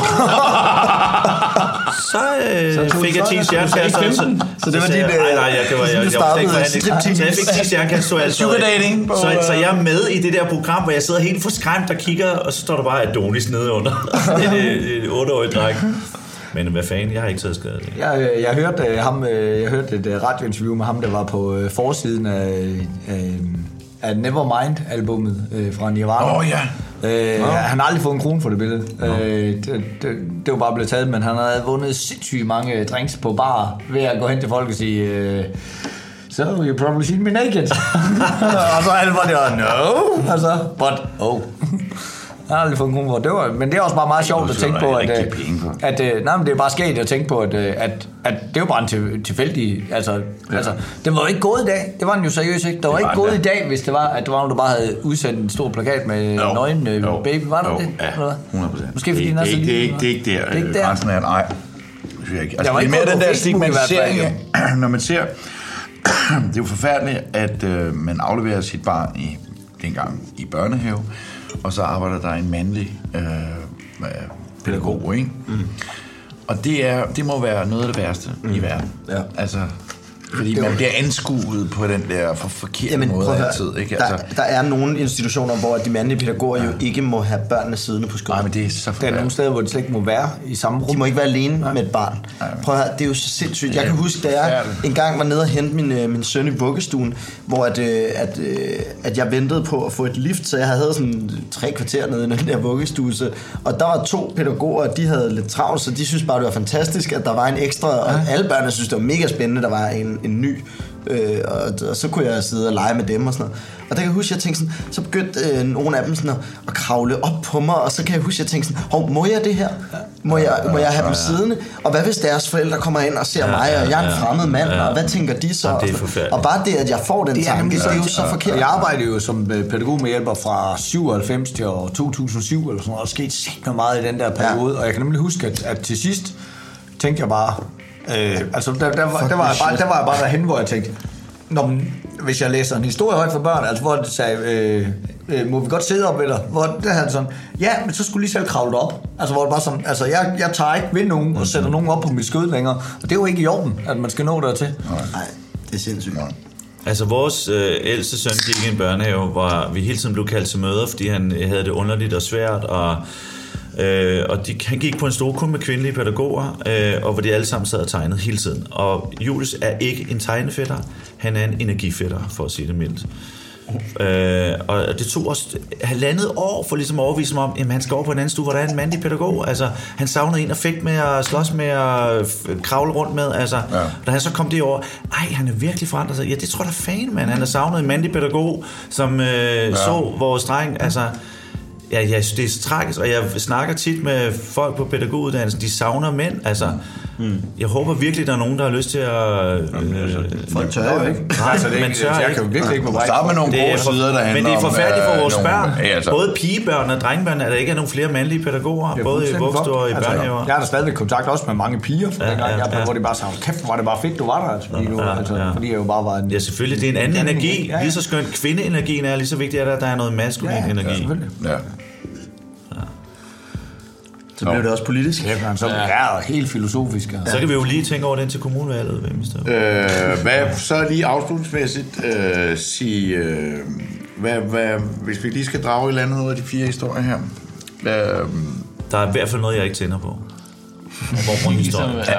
så, øh, så fik jeg ti stjernekaster. Så, så det var dit... Nej, nej, jeg, det var, jeg, jeg, jeg var ikke forhandling. Så jeg fik ti stjernekaster, så, så, så, så jeg er med i det der program, hvor jeg sidder helt forskræmt og kigger, og så står der bare Adonis nede under. Det er et otteårigt dreng. Men hvad fanden, jeg har ikke taget skade af det. Jeg, jeg, hørte, ham, jeg hørte et radiointerview med ham, der var på forsiden af, af, af Nevermind-albummet fra Nirvana. Åh oh, ja. Øh, oh. Han har aldrig fået en krone for det billede. Oh. Øh, det, det, det var bare blevet taget, men han havde vundet sindssygt mange drinks på bar ved at gå hen til folk og sige... Øh, So, you probably seen me naked. Og så alle var det, no, altså, but, oh. Jeg har aldrig fået en krone for det. Var, men det er også bare meget sjovt at tænke på, at, at, at, at nej, men det er bare sket at tænke på, at, at, at det er jo bare en til, tilfældig, altså, ja. altså, det var jo ikke gået i dag, det var den jo seriøst ikke, det var, det var ikke gået i dag, hvis det var, at der var nogen, der bare havde udsendt en stor plakat med jo. nøgen jo. baby, var der jo. det? Ja, hundrede procent. Måske fordi det, den er så det, det, er ikke, det er ikke der, det er ikke der. Grænsen er, nej, det synes jeg ikke. Altså, det er mere den der stigmatisering, når man ser, det er jo forfærdeligt, at øh, man afleverer sit barn i, dengang i børnehave, og så arbejder der en mandlig øh, pædagog, ikke? Mm. Og det, er, det må være noget af det værste mm. i verden. Ja. Altså, fordi man bliver anskuet på den der for forkerte Jamen, måde altid. Ikke? Der, altså, der er nogle institutioner, hvor de mandlige pædagoger ja. jo ikke må have børnene siddende på skolen. Nej, men det er så der er nogle steder, hvor de slet ikke må være i samme rum. De må ikke være alene ja. med et barn. Ja. Prøv at høre, det er jo så sindssygt. Jeg kan huske, da jeg engang var nede og hente min, min søn i vuggestuen, hvor at, at, at jeg ventede på at få et lift, så jeg havde sådan tre kvarter nede i den der vuggestue. Og der var to pædagoger, og de havde lidt travlt, så de synes bare, det var fantastisk, at der var en ekstra, og alle børnene synes, det var mega spændende, der var en en ny Øh, og, og så kunne jeg sidde og lege med dem og sådan noget. Og der kan jeg huske, at jeg tænkte sådan, så begyndte øh, nogle af dem sådan at, at kravle op på mig, og så kan jeg huske, at jeg tænkte sådan, hov, må jeg det her? Må jeg, må jeg have dem siddende? Og hvad hvis deres forældre kommer ind og ser mig, og jeg er en fremmed mand, og hvad tænker de så? Og bare det, at jeg får den tanke, det er jo så forkert. Jeg arbejdede jo som pædagog med hjælper fra syvoghalvfems til år to tusind og syv, eller sådan noget, og skete sikkert meget i den der periode, og jeg kan nemlig huske, at, at til sidst tænkte jeg bare, øh, altså der, der, var, der, var jeg bare, der var jeg bare derhen, hvor jeg tænkte, når, hvis jeg læser en historie højt for børn, altså hvor det sagde, øh, øh, må vi godt sidde op med dig? Hvor det havde sådan, ja, men så skulle lige selv kravle op. Altså hvor det bare sådan, altså jeg, jeg tager ikke ved nogen og sætter nogen op på mit skød længere. Og det er jo ikke i orden, at man skal nå dertil. Nej, det er sindssygt. Altså vores øh, ældste søn gik i en børnehave, hvor vi hele tiden blev kaldt til møder, fordi han havde det underligt og svært, og Øh, og de, han gik på en stor kun med kvindelige pædagoger, øh, og hvor de alle sammen sad og tegnede hele tiden. Og Julius er ikke en tegnefætter, han er en energifætter, for at sige det mildt. Øh, og det tog os halvandet år for ligesom at overvise mig om, at han skal over på en anden stue, hvor der er en mandlig pædagog. Altså, han savnede en at fægte med at slås med at kravle rundt med. Altså, ja. Da han så kom det over, ej, han er virkelig forandret sig. Ja, det tror jeg da fan, mand. Han har savnet en mandlig pædagog, som øh, ja. så vores dreng. Altså, ja, ja, det er så tragisk, og jeg snakker tit med folk på pædagoguddannelsen, de savner mænd. Altså, mm. jeg håber virkelig, der er nogen, der har lyst til at... Øh, folk tør jo ikke. Nej, altså, det er man tør ikke. Jeg kan jo virkelig ikke på vej. Der er med nogle gode sider, der handler om... Men det er forfærdeligt for vores øh, børn. Nogle, ja, altså. Både pigebørn og drengebørn, at der ikke er nogen flere mandlige pædagoger, både i vuggestuer og i altså, børnehaver. Jeg har da stadigvæk kontakt også med mange piger, for ja, dengang, ja, ja. hvor de bare sagde, kæft, var det bare fedt, du var der. Altså, fordi, ja, ja, altså, ja. fordi jeg jo bare var en... Ja, selvfølgelig. Det er en anden energi. Ja, ja. Lige så skønt kvindeenergien er, lige så vigtigt er, at der er noget maskulin ja, energi. Ja, selvfølgelig. Ja. Så bliver det også politisk. Ja, så er det helt filosofisk. Ja. Så kan vi jo lige tænke over den til kommunevalget. Øh, hvad så lige afslutningsmæssigt øh, sige, øh, hvad, hvad, hvis vi lige skal drage et eller andet ud af de fire historier her. Hvad, øh, der er i hvert fald noget, jeg ikke tænder på. Hvor historien er.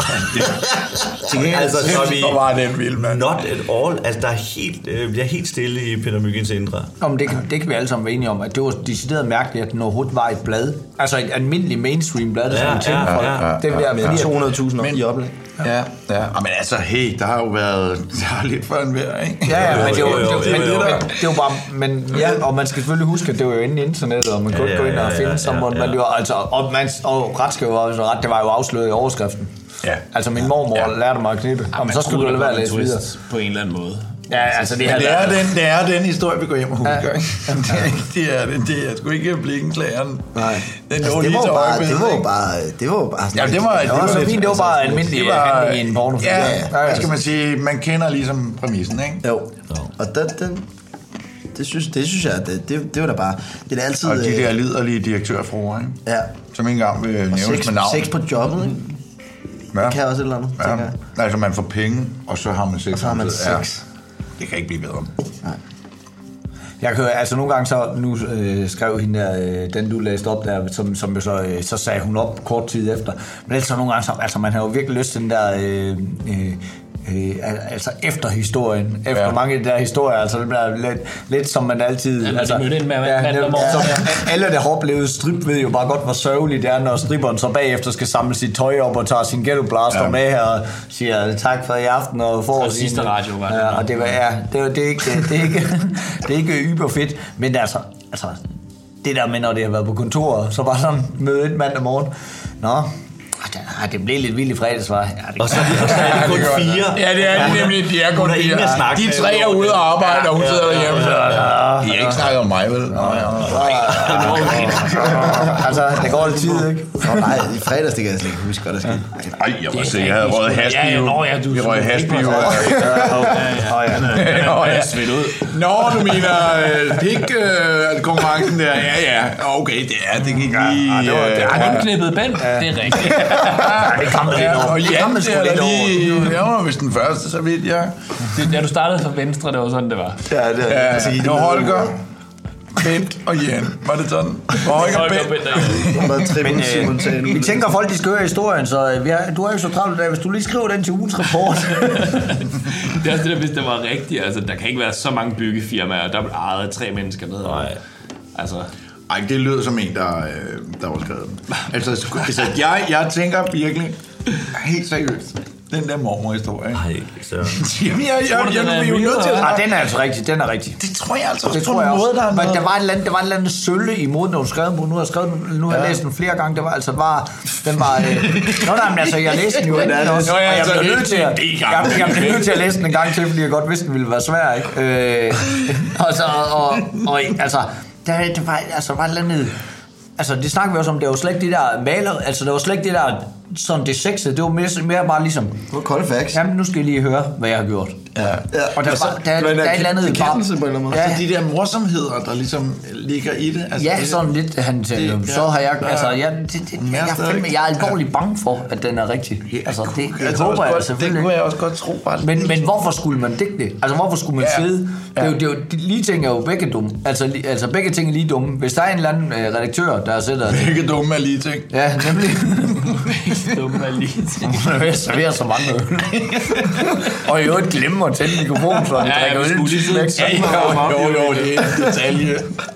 Altså, så vi var den vild, mand. Not at all. Altså, der er helt, øh, bliver helt stille i Peter Myggens indre. Om det, kan, det kan vi alle sammen være enige om, at det var decideret mærkeligt, at den overhovedet var et blad. Altså et almindeligt mainstream blad, der ja, sådan ja, ja, ja, ja, det bliver ja, ja. to hundrede tusind i oplag. Ja, ja. ja. Men altså, hey, der har jo været der har lidt for en vejr, ikke? Ja, ja, men det var jo bare... Men ja, og man skal selvfølgelig huske, at det var jo inde i internettet, og man kunne ja, ja, gå ind og finde ja, ja, someone, ja, ja. Man altså, og, man, og ret skal jo også ret, det var jo afsløret i overskriften. Ja. Altså, min mormor ja. lærte mig at knippe. Ja, men så skulle du lade være at læse videre. På en eller anden måde. Ja, altså det, det, er den, det er den historie, vi går hjem og husker. Ja. Jamen, det, er ikke, det er det. Det er sgu ikke blikkenklageren. Nej. Den altså, det, var bare, det var jo bare... Det var jo bare sådan... Ja, det var, det var, det var så fint. Det var bare almindelig handling i en porno. Ja, hvad skal man sige? Man kender ligesom præmissen, ikke? Jo. Og den... den det synes, det synes jeg, det, det, det var da bare... Det er altid... Og de der liderlige direktørfruer, ikke? Ja. Som ikke engang vil nævnes med navn. Sex på jobbet, ikke? Ja. Det kan også et eller andet, ja. tænker jeg. Altså, man får penge, og så har man sex. Og så har man sex. Ja. Det kan ikke blive bedre. Nej. Jeg kan altså nogle gange så, nu øh, skrev hende der, øh, den du læste op der, som, som så, øh, så sagde hun op kort tid efter. Men ellers så nogle gange så, altså man har jo virkelig lyst til den der, øh, øh, øh, altså efter historien, efter ja. mange af de der historier, altså det bliver lidt, lidt som man altid... Ja, altså, ind med, ja, ja, alle, der har oplevet strip, ved jo bare godt, hvor sørgeligt det er, når stripperen så bagefter skal samle sit tøj op og tager sin ghetto blaster ja. med her og siger tak for i aften og får sin... sidste radio var det. Ja, og det, var, ja, det, det, er ikke, det, det er ikke, det er ikke yber fedt, men altså, altså, det der med, når det har været på kontoret, så bare sådan møde et mandag morgen. Nå, Ah, det blev lidt vildt i fredags, var. Ja, og så er det kun fire. Ja, det er de nemlig. De er kun fire. De tre er ude og arbejde, og hun sidder derhjemme. De har ikke snakket om mig, vel? Altså, det går lidt tid, ikke? Nej, i fredags, det kan jeg slet ikke huske, hvad der skete. Ej, jeg var sikker, jeg havde røget hasbio. Vi røg hasbio. Åh, jeg er svedt ud. Nå, du mener pik-konkurrencen der. Ja, ja. Okay, det er, det gik lige... Det er knippet band, det er rigtigt. Det kan man lidt over. Og Jan er der lige... Jeg var vist den første, så vidt jeg. Da du startede fra venstre, det var sådan, det var. Ja, det er... Altså, det var Holger, Bent og Jan. Var det sådan? Holger, Bent og Jan. Vi tænker, folk de skal høre historien, så vi har, du er jo så travlt der. Hvis du lige skriver den til ugens rapport. Det er også det der, hvis det var rigtigt. Altså, der kan ikke være så mange byggefirmaer, der bliver ejet af tre mennesker med. Nej. Altså... Ej, det lyder som en, der, der var skrevet. Altså, altså jeg, jeg tænker virkelig helt seriøst, Den der mormor-historie. Nej, så... Jamen, jeg, jeg, jeg, jeg, jeg, jeg er jo nødt til at... Ah, den er altså rigtig, den er rigtig. Det tror jeg altså også det tror på jeg en måde, der er Men noget... der var en eller anden, der var en eller anden sølle i moden, når du skrev den på. Nu har jeg skrevet den, nu har jeg Ja. læst den flere gange. Det var altså bare, den var... Øh... Nå, nej, men altså, jeg læste den jo en anden også. Nå, ja, og jeg altså, blev nødt til at, det er ikke jeg, jeg blev nødt til at læse den en gang til, fordi jeg godt vidste, den ville være svær, ikke? Øh, og, så, og, og, altså, der, der var, altså, der var et eller andet... Altså, det snakker vi også om, det var slet ikke det der maler, altså, det var slet ikke det der, sådan det sexede, det var mere, mere bare ligesom... Det var kolde facts. Jamen, nu skal I lige høre, hvad jeg har gjort. Ja. Og der, Altså, var, der, der, der er et eller andet... Bekendelse på en eller anden måde. Ja, Altså, de der morsomheder, der ligesom ligger i det. Altså, ja, det, sådan lidt, han taler om. det- Så har jeg... ja. Altså, jeg, det, det, jeg, jeg, fandme, jeg er alvorligt bange for, at den er rigtig. Altså, det, det altså, håber jeg godt, selvfølgelig. det kunne jeg også godt tro. Bare Men, men hvorfor skulle man digte det? Altså, hvorfor skulle man Ja. sidde? Det er jo, det er jo, de lige ting er jo begge dumme. Altså, li, altså begge ting er lige dumme. Hvis der er en eller anden øh, redaktør, der sætter... Ikke dumme er lige ting. Ja, nemlig. Dumme er lige ting. Hun er ved at servere så mange øl. Og i øvrigt glemmer at tænde mikrofonen, så han Ja, ja, drikker vi øl. skulle lige sidde og tænde Jo, jo, jo, det er en detalje.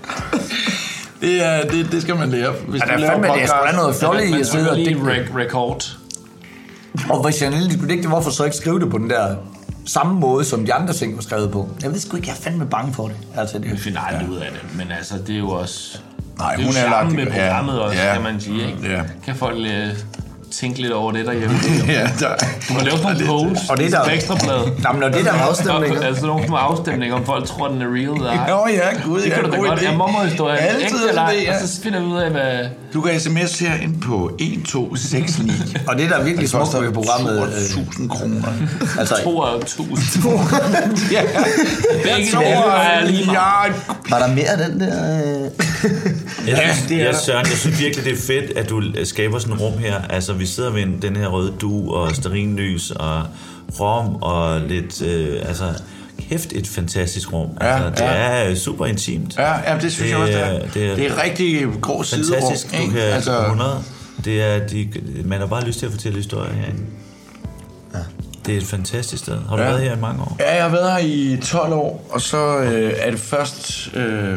Det, er, det, det skal man lære. Hvis Ja, du der er laver fandme, det er sgu da podcast. noget fjollet i at sidde og lige digte. rec- record. Og hvis jeg endelig skulle digte, hvorfor så ikke skrive det på den der samme måde, som de andre ting var skrevet på? Jeg ved sgu ikke, jeg er fandme bange for det. Altså, det Vi finder aldrig ud af det, men altså, det er jo også... Nej, det er hun jo er lagt... charmen med programmet også, ja, kan man sige, ikke? Ja. Kan folk øh, tænke lidt over det derhjemme? Ja, der, Du kan lave sådan nogle posts Og det der- på Ekstrabladet. Jamen, når det der afstemninger... Altså nogle små afstemninger, om folk tror, den er real eller ej. Nå ja, gud, Det ja, kan du da god godt. idé. Ja, mormorhistorien. Altid Ægte eller ej, en idé, ja. og så finder vi ud af, hvad... Du kan sms her ind på et to seks ni. Og det der er virkelig smukt ved programmet... øh, tusind kroner. Altså, toogtyve tusind. Ja, Begge dele er lige meget. Var der mere af den der... Øh... Jeg synes, ja, Søren, jeg synes virkelig, det er fedt, at du skaber sådan et rum her. Altså, vi sidder ved en- den her røde dug og stearinlys og rom og lidt... Øh, altså, kæft et fantastisk rum. Ja, Altså, det ja. er super intimt. Ja, ja, det synes Det jeg også, det er- er. det er- Det er rigtig grå siderum. Fantastisk. Du ikke? kan Altså, hundrede. Det er, de, man har bare lyst til at fortælle historier herinde. Ja. Det er et fantastisk sted. Har du Ja. været her i mange år? Ja, jeg har været her i tolv år, og så øh, er det først... Øh,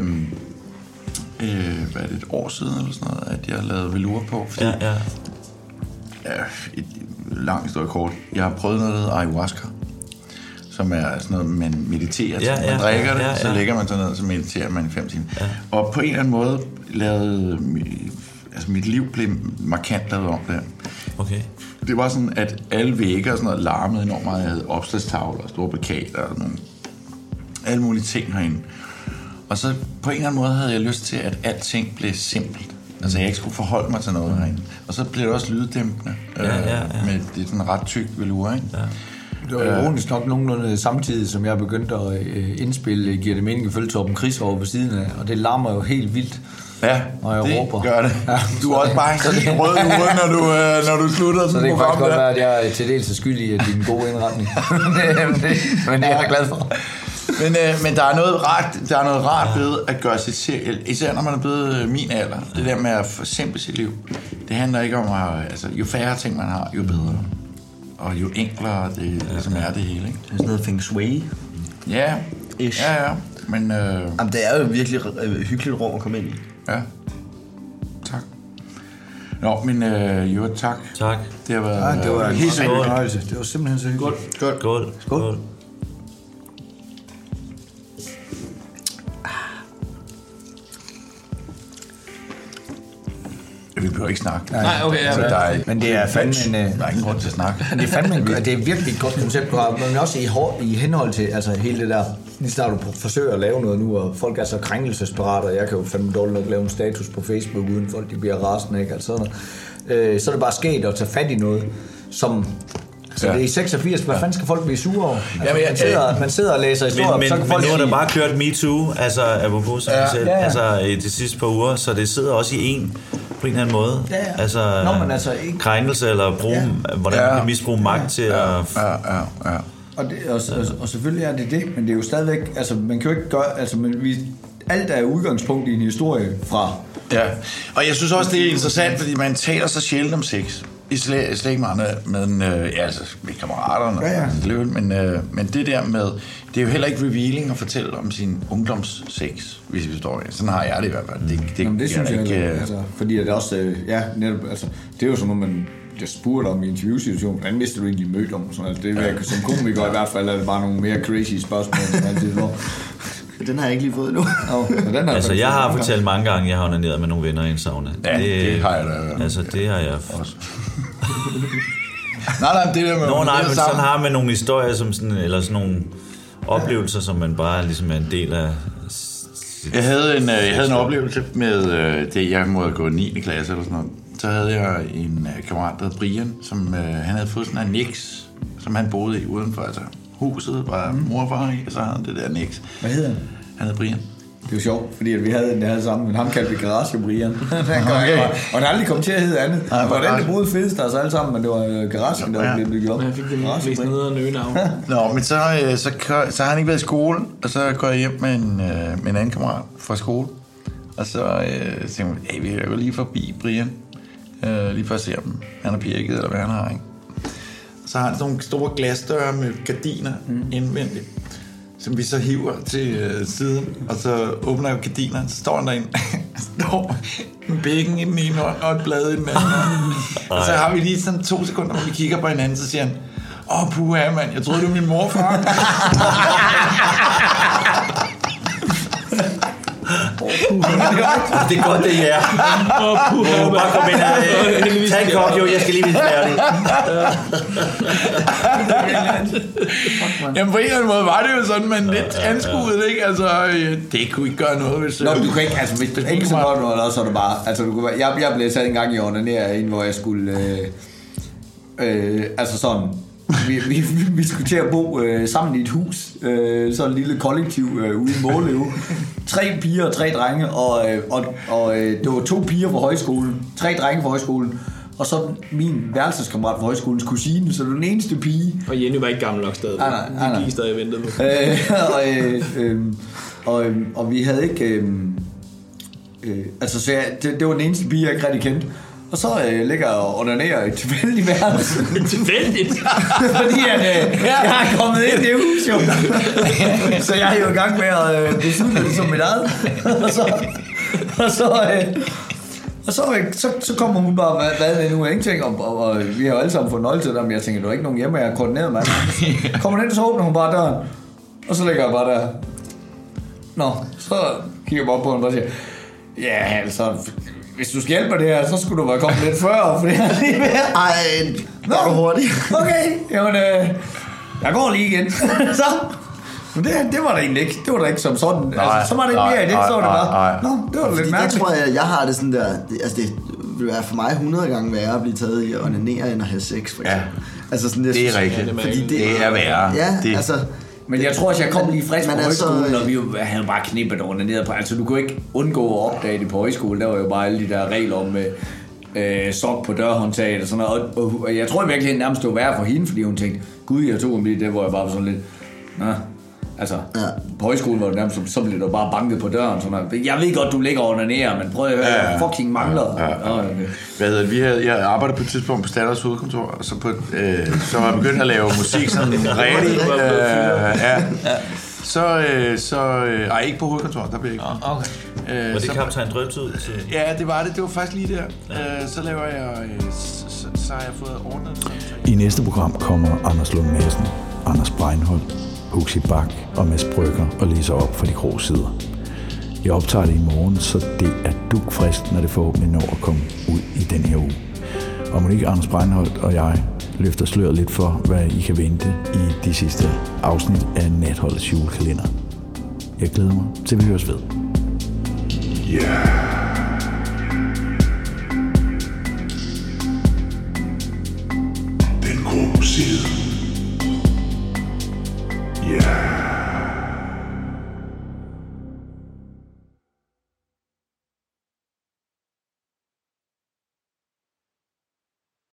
øh, hvad er det, et år siden eller sådan noget, at jeg har lavet velure på. Fordi, Ja, ja. ja, et langt historie kort. Jeg har prøvet noget, der hedder ayahuasca, som er sådan noget, man mediterer til. Ja, Man ja, drikker det, ja, ja. så lægger man sig ned, så mediterer man i fem timer. Ja. Og på en eller anden måde lavede... mi- Altså, mit liv blev markant lavet om der. Okay. Det var sådan, at alle vægge og sådan noget larmede enormt meget. Jeg havde opslagstavler og store plakater og nogle, alle mulige ting herinde. Og så på en eller anden måde havde jeg lyst til, at alting blev simpelt. Altså, jeg ikke skulle forholde mig til noget herinde. Og så blev det også lyddæmpende. Ja, ja, ja. Øh, med det er sådan ret tyk velure, ikke? Ja. Det var ironisk nok nogenlunde samtidig, som jeg begyndte at øh, indspille Giver det mening at følge Torben Chris over på siden af, og det larmer jo helt vildt, Ja, når jeg det råber. gør det. Ja. Du er også bare helt rød i hovedet, når du, øh, når du slutter Så sådan det et kan faktisk program godt der. være, at jeg er til dels er skyldig i din gode indretning. men, det, men det er jeg glad for. Men, øh, men der er noget rart, der er noget rart ved at gøre sit selv, især når man er blevet øh, min alder. Det der med at forsimple sit liv. Det handler ikke om at, altså, jo færre ting man har, jo bedre. Og jo enklere det ligesom er det hele, ikke? Det er sådan noget feng shui. Ja, Ish. ja, ja. Men, øh, Jamen, det er jo virkelig øh, hyggeligt rum at komme ind i. ja. Tak. Nå, men øh, jo, tak. Tak. Det har været Ja, det var en helt rigtig fornøjelse. Det var simpelthen så hyggeligt. Godt. Skål. Skål. Vi behøver ikke snakke. Nej, okay, ja, Så ja. der er, Men det er fandme en, øh, der er ingen grund til at snakke. Men det er fandme en, det er virkelig et godt koncept, men også i, hår, i henhold til altså hele det der, lige snart du forsøger at lave noget nu, og folk er så krænkelsesparate, og jeg kan jo fandme dårligt nok lave en status på Facebook, uden folk de bliver rasende, ikke? Altså sådan noget. Øh, så er det bare sket at tage fat i noget, som... Så Ja. det er i seksogfirs, hvad fanden skal folk blive sure over? Altså, Jamen, jeg- man, sidder, man sidder og læser historier, Men, så men, kan men folk nu har der sige- bare kørt MeToo, altså apropos som Ja, ja, selv, ja, ja. altså i de sidste par uger, så det sidder også i en på en eller anden måde. Ja, ja. Altså, Nå, men altså ikke- krænkelse eller bruge, ja. hvordan man Ja. kan misbruge magt til at... Ja, ja, ja. Og, det, og, og, og selvfølgelig er det det, men det er jo stadigvæk, altså man kan jo ikke gøre, altså men vi, alt er udgangspunkt i en historie fra... Ja, og jeg synes også, det er interessant, fordi man taler så sjældent om sex. I slet, slet ikke meget, men øh, ja, altså med kammeraterne, Ja, ja. og, men, øh, men det der med, det er jo heller ikke revealing at fortælle om sin ungdomssex, hvis vi forstår det. Sådan har jeg det i hvert fald. Det, det, Jamen, det synes jeg, ikke, ikke, øh, altså, fordi det er også, øh, ja, netop, altså, det er jo sådan noget, man jeg spurgte om i interviewsituationen, hvordan vidste du egentlig mødte om? Så, altså, det er ja. Som komiker i hvert fald, er det bare nogle mere crazy spørgsmål, som altid får. Den har jeg ikke lige fået endnu. Oh, den har altså, jeg har fortalt mange gange, at jeg har onaneret med nogle venner i en sauna. Ja, det, det har jeg da. Altså, det har jeg også. nej, nej, det der med... Nå, nej, men sådan har man nogle historier, som sådan, eller sådan nogle oplevelser, som man bare ligesom er en del af... Jeg havde en, jeg havde en oplevelse med det, jeg måtte gå niende klasse eller sådan noget. Så havde jeg en kammerat, der hed Brian, som han havde fået sådan en niks, som han boede i udenfor, altså huset var mor og far i, og så havde han det der niks. Hvad hedder han? Han hed Brian. Det var sjovt, fordi vi havde den der sammen, men ham kaldte vi Garage Brian. Okay. Og det aldrig kom til at hedde andet. Det var den, der boede fedest af os alle sammen, men det var Garage, der blev bygget op. Jeg fik det mest ned og nøge navn. Nå, men så, så, så har han ikke været i skole, og så går jeg hjem med en, med en anden kammerat fra skole. Og så øh, tænker jeg, hey, vi går lige forbi Brian, øh, lige for at se, om han har pirket, eller hvad han har, ikke? Så har han sådan nogle store glasdøre med gardiner mm. indvendigt, som vi så hiver til øh, siden, og så åbner jeg gardinerne, så står han derinde, står med bækken i den ene hånd, og et blad i den anden hånd. Og så har vi lige sådan to sekunder, hvor vi kigger på hinanden, så siger han, åh, oh, puha, mand, jeg troede, det var min morfar. Det er godt, det er. Åh, puha, bare kom ind her. Tag en kop, jo, jeg skal lige vise færdig. Jamen på en eller anden måde var det jo sådan, man lidt anskuet, ikke? Altså, det kunne ikke gøre noget, hvis... Nå, du kan ikke, altså, hvis du ikke så godt noget, så er det bare... Altså, du kunne være, jeg, jeg blev sat en gang i ordinær ind, hvor jeg skulle... Øh, øh, altså sådan... Vi, vi, vi skulle til at bo øh, sammen i et hus, øh, sådan en lille kollektiv øh, ude i Måløv. Tre piger og tre drenge, og, øh, og, og øh, det var to piger fra højskolen, tre drenge fra højskolen, og så min værelseskammerat fra højskolens kusine, så det var den eneste pige. Og Jenny var ikke gammel nok stadig. Nej, nej, nej. De gik stadig og ventede på. Øh, og, øh, øh, og, øh, og vi havde ikke... Øh, øh, altså, så jeg, det, det var den eneste pige, jeg ikke rigtig kendte. Og så øh, ligger jeg og onanerer i et tilfældigt værelse. Tilfældigt? Fordi at, øh, jeg har kommet ind i det hus, jo. Så jeg er jo i gang med at øh, beslutte det som mit eget. Og så, og så, øh, og så, øh, så, så kommer hun bare, hvad, hvad er det nu, ingenting. Og, og, og vi har jo alle sammen fået nøgle til dem, men jeg tænker, der er ikke nogen hjemme, jeg har koordineret mig. Kommer ind, så åbner hun bare døren. Og så ligger jeg bare der. Nå, så kigger jeg bare på hende og siger, ja, altså... Hvis du skal hjælpe mig det her, så skulle du være kommet lidt før, fordi jeg er lige ved. Ej, går du hurtigt? Okay, jamen, øh, jeg går lige igen. Så, men det, det var det egentlig ikke. Det var da ikke som sådan. Nej, altså, så var det ikke mere i det, så var det bare. Nå, det var lidt mærkeligt. Det tror jeg, jeg har det sådan der, det, altså det vil være for mig hundrede gange værre at blive taget i at onanere end at have sex, for eksempel. Ja, altså sådan, det, det er rigtigt. Fordi det, det er værre. Ja, det. altså... Men jeg tror også, jeg kom lige frisk på højskolen, og vi jo havde bare knippet og onaneret på. Altså, du kunne ikke undgå at opdage det på højskolen. Der var jo bare alle de der regler om øh, sok på dørhåndtaget og sådan noget. Og, og, og jeg tror virkelig, at nærmest det var værre for hende, fordi hun tænkte, gud, jeg tog om det, der hvor jeg bare var sådan lidt, nå. Altså, ja. På højskolen var det nærmest, så blev du bare banket på døren. Sådan noget. Jeg ved godt, du ligger og onanerer, men prøv at høre, ja, ja. fucking mangler. Ja, ja. Ja, okay. Hvad hedder det? Vi havde, jeg arbejdede på et tidspunkt på Stadlers hovedkontor, og så, på, øh, så var jeg begyndt at lave musik sådan rigtig. Øh, ja. Så, øh, så øh, ej, ikke på hovedkontoret, der blev ikke. Okay. Øh, var det Kaptajn Drøbsud? Ja, det var det. Det var faktisk lige der. Ja. Øh, så laver jeg, øh, så, så har jeg fået ordnet. I næste program kommer Anders Lund Madsen, Anders Breinholt, Huxi Bak og Mads Brygger og læser op for de grå sider. Jeg optager det i morgen, så det er dugfrisk, når det forhåbentlig når at komme ud i den her uge. Og må ikke Anders Breinholt og jeg løfter sløret lidt for, hvad I kan vente i de sidste afsnit af Natholdets julekalender. Jeg glæder mig til vi høres ved. Yeah. Den grå side. Yeah.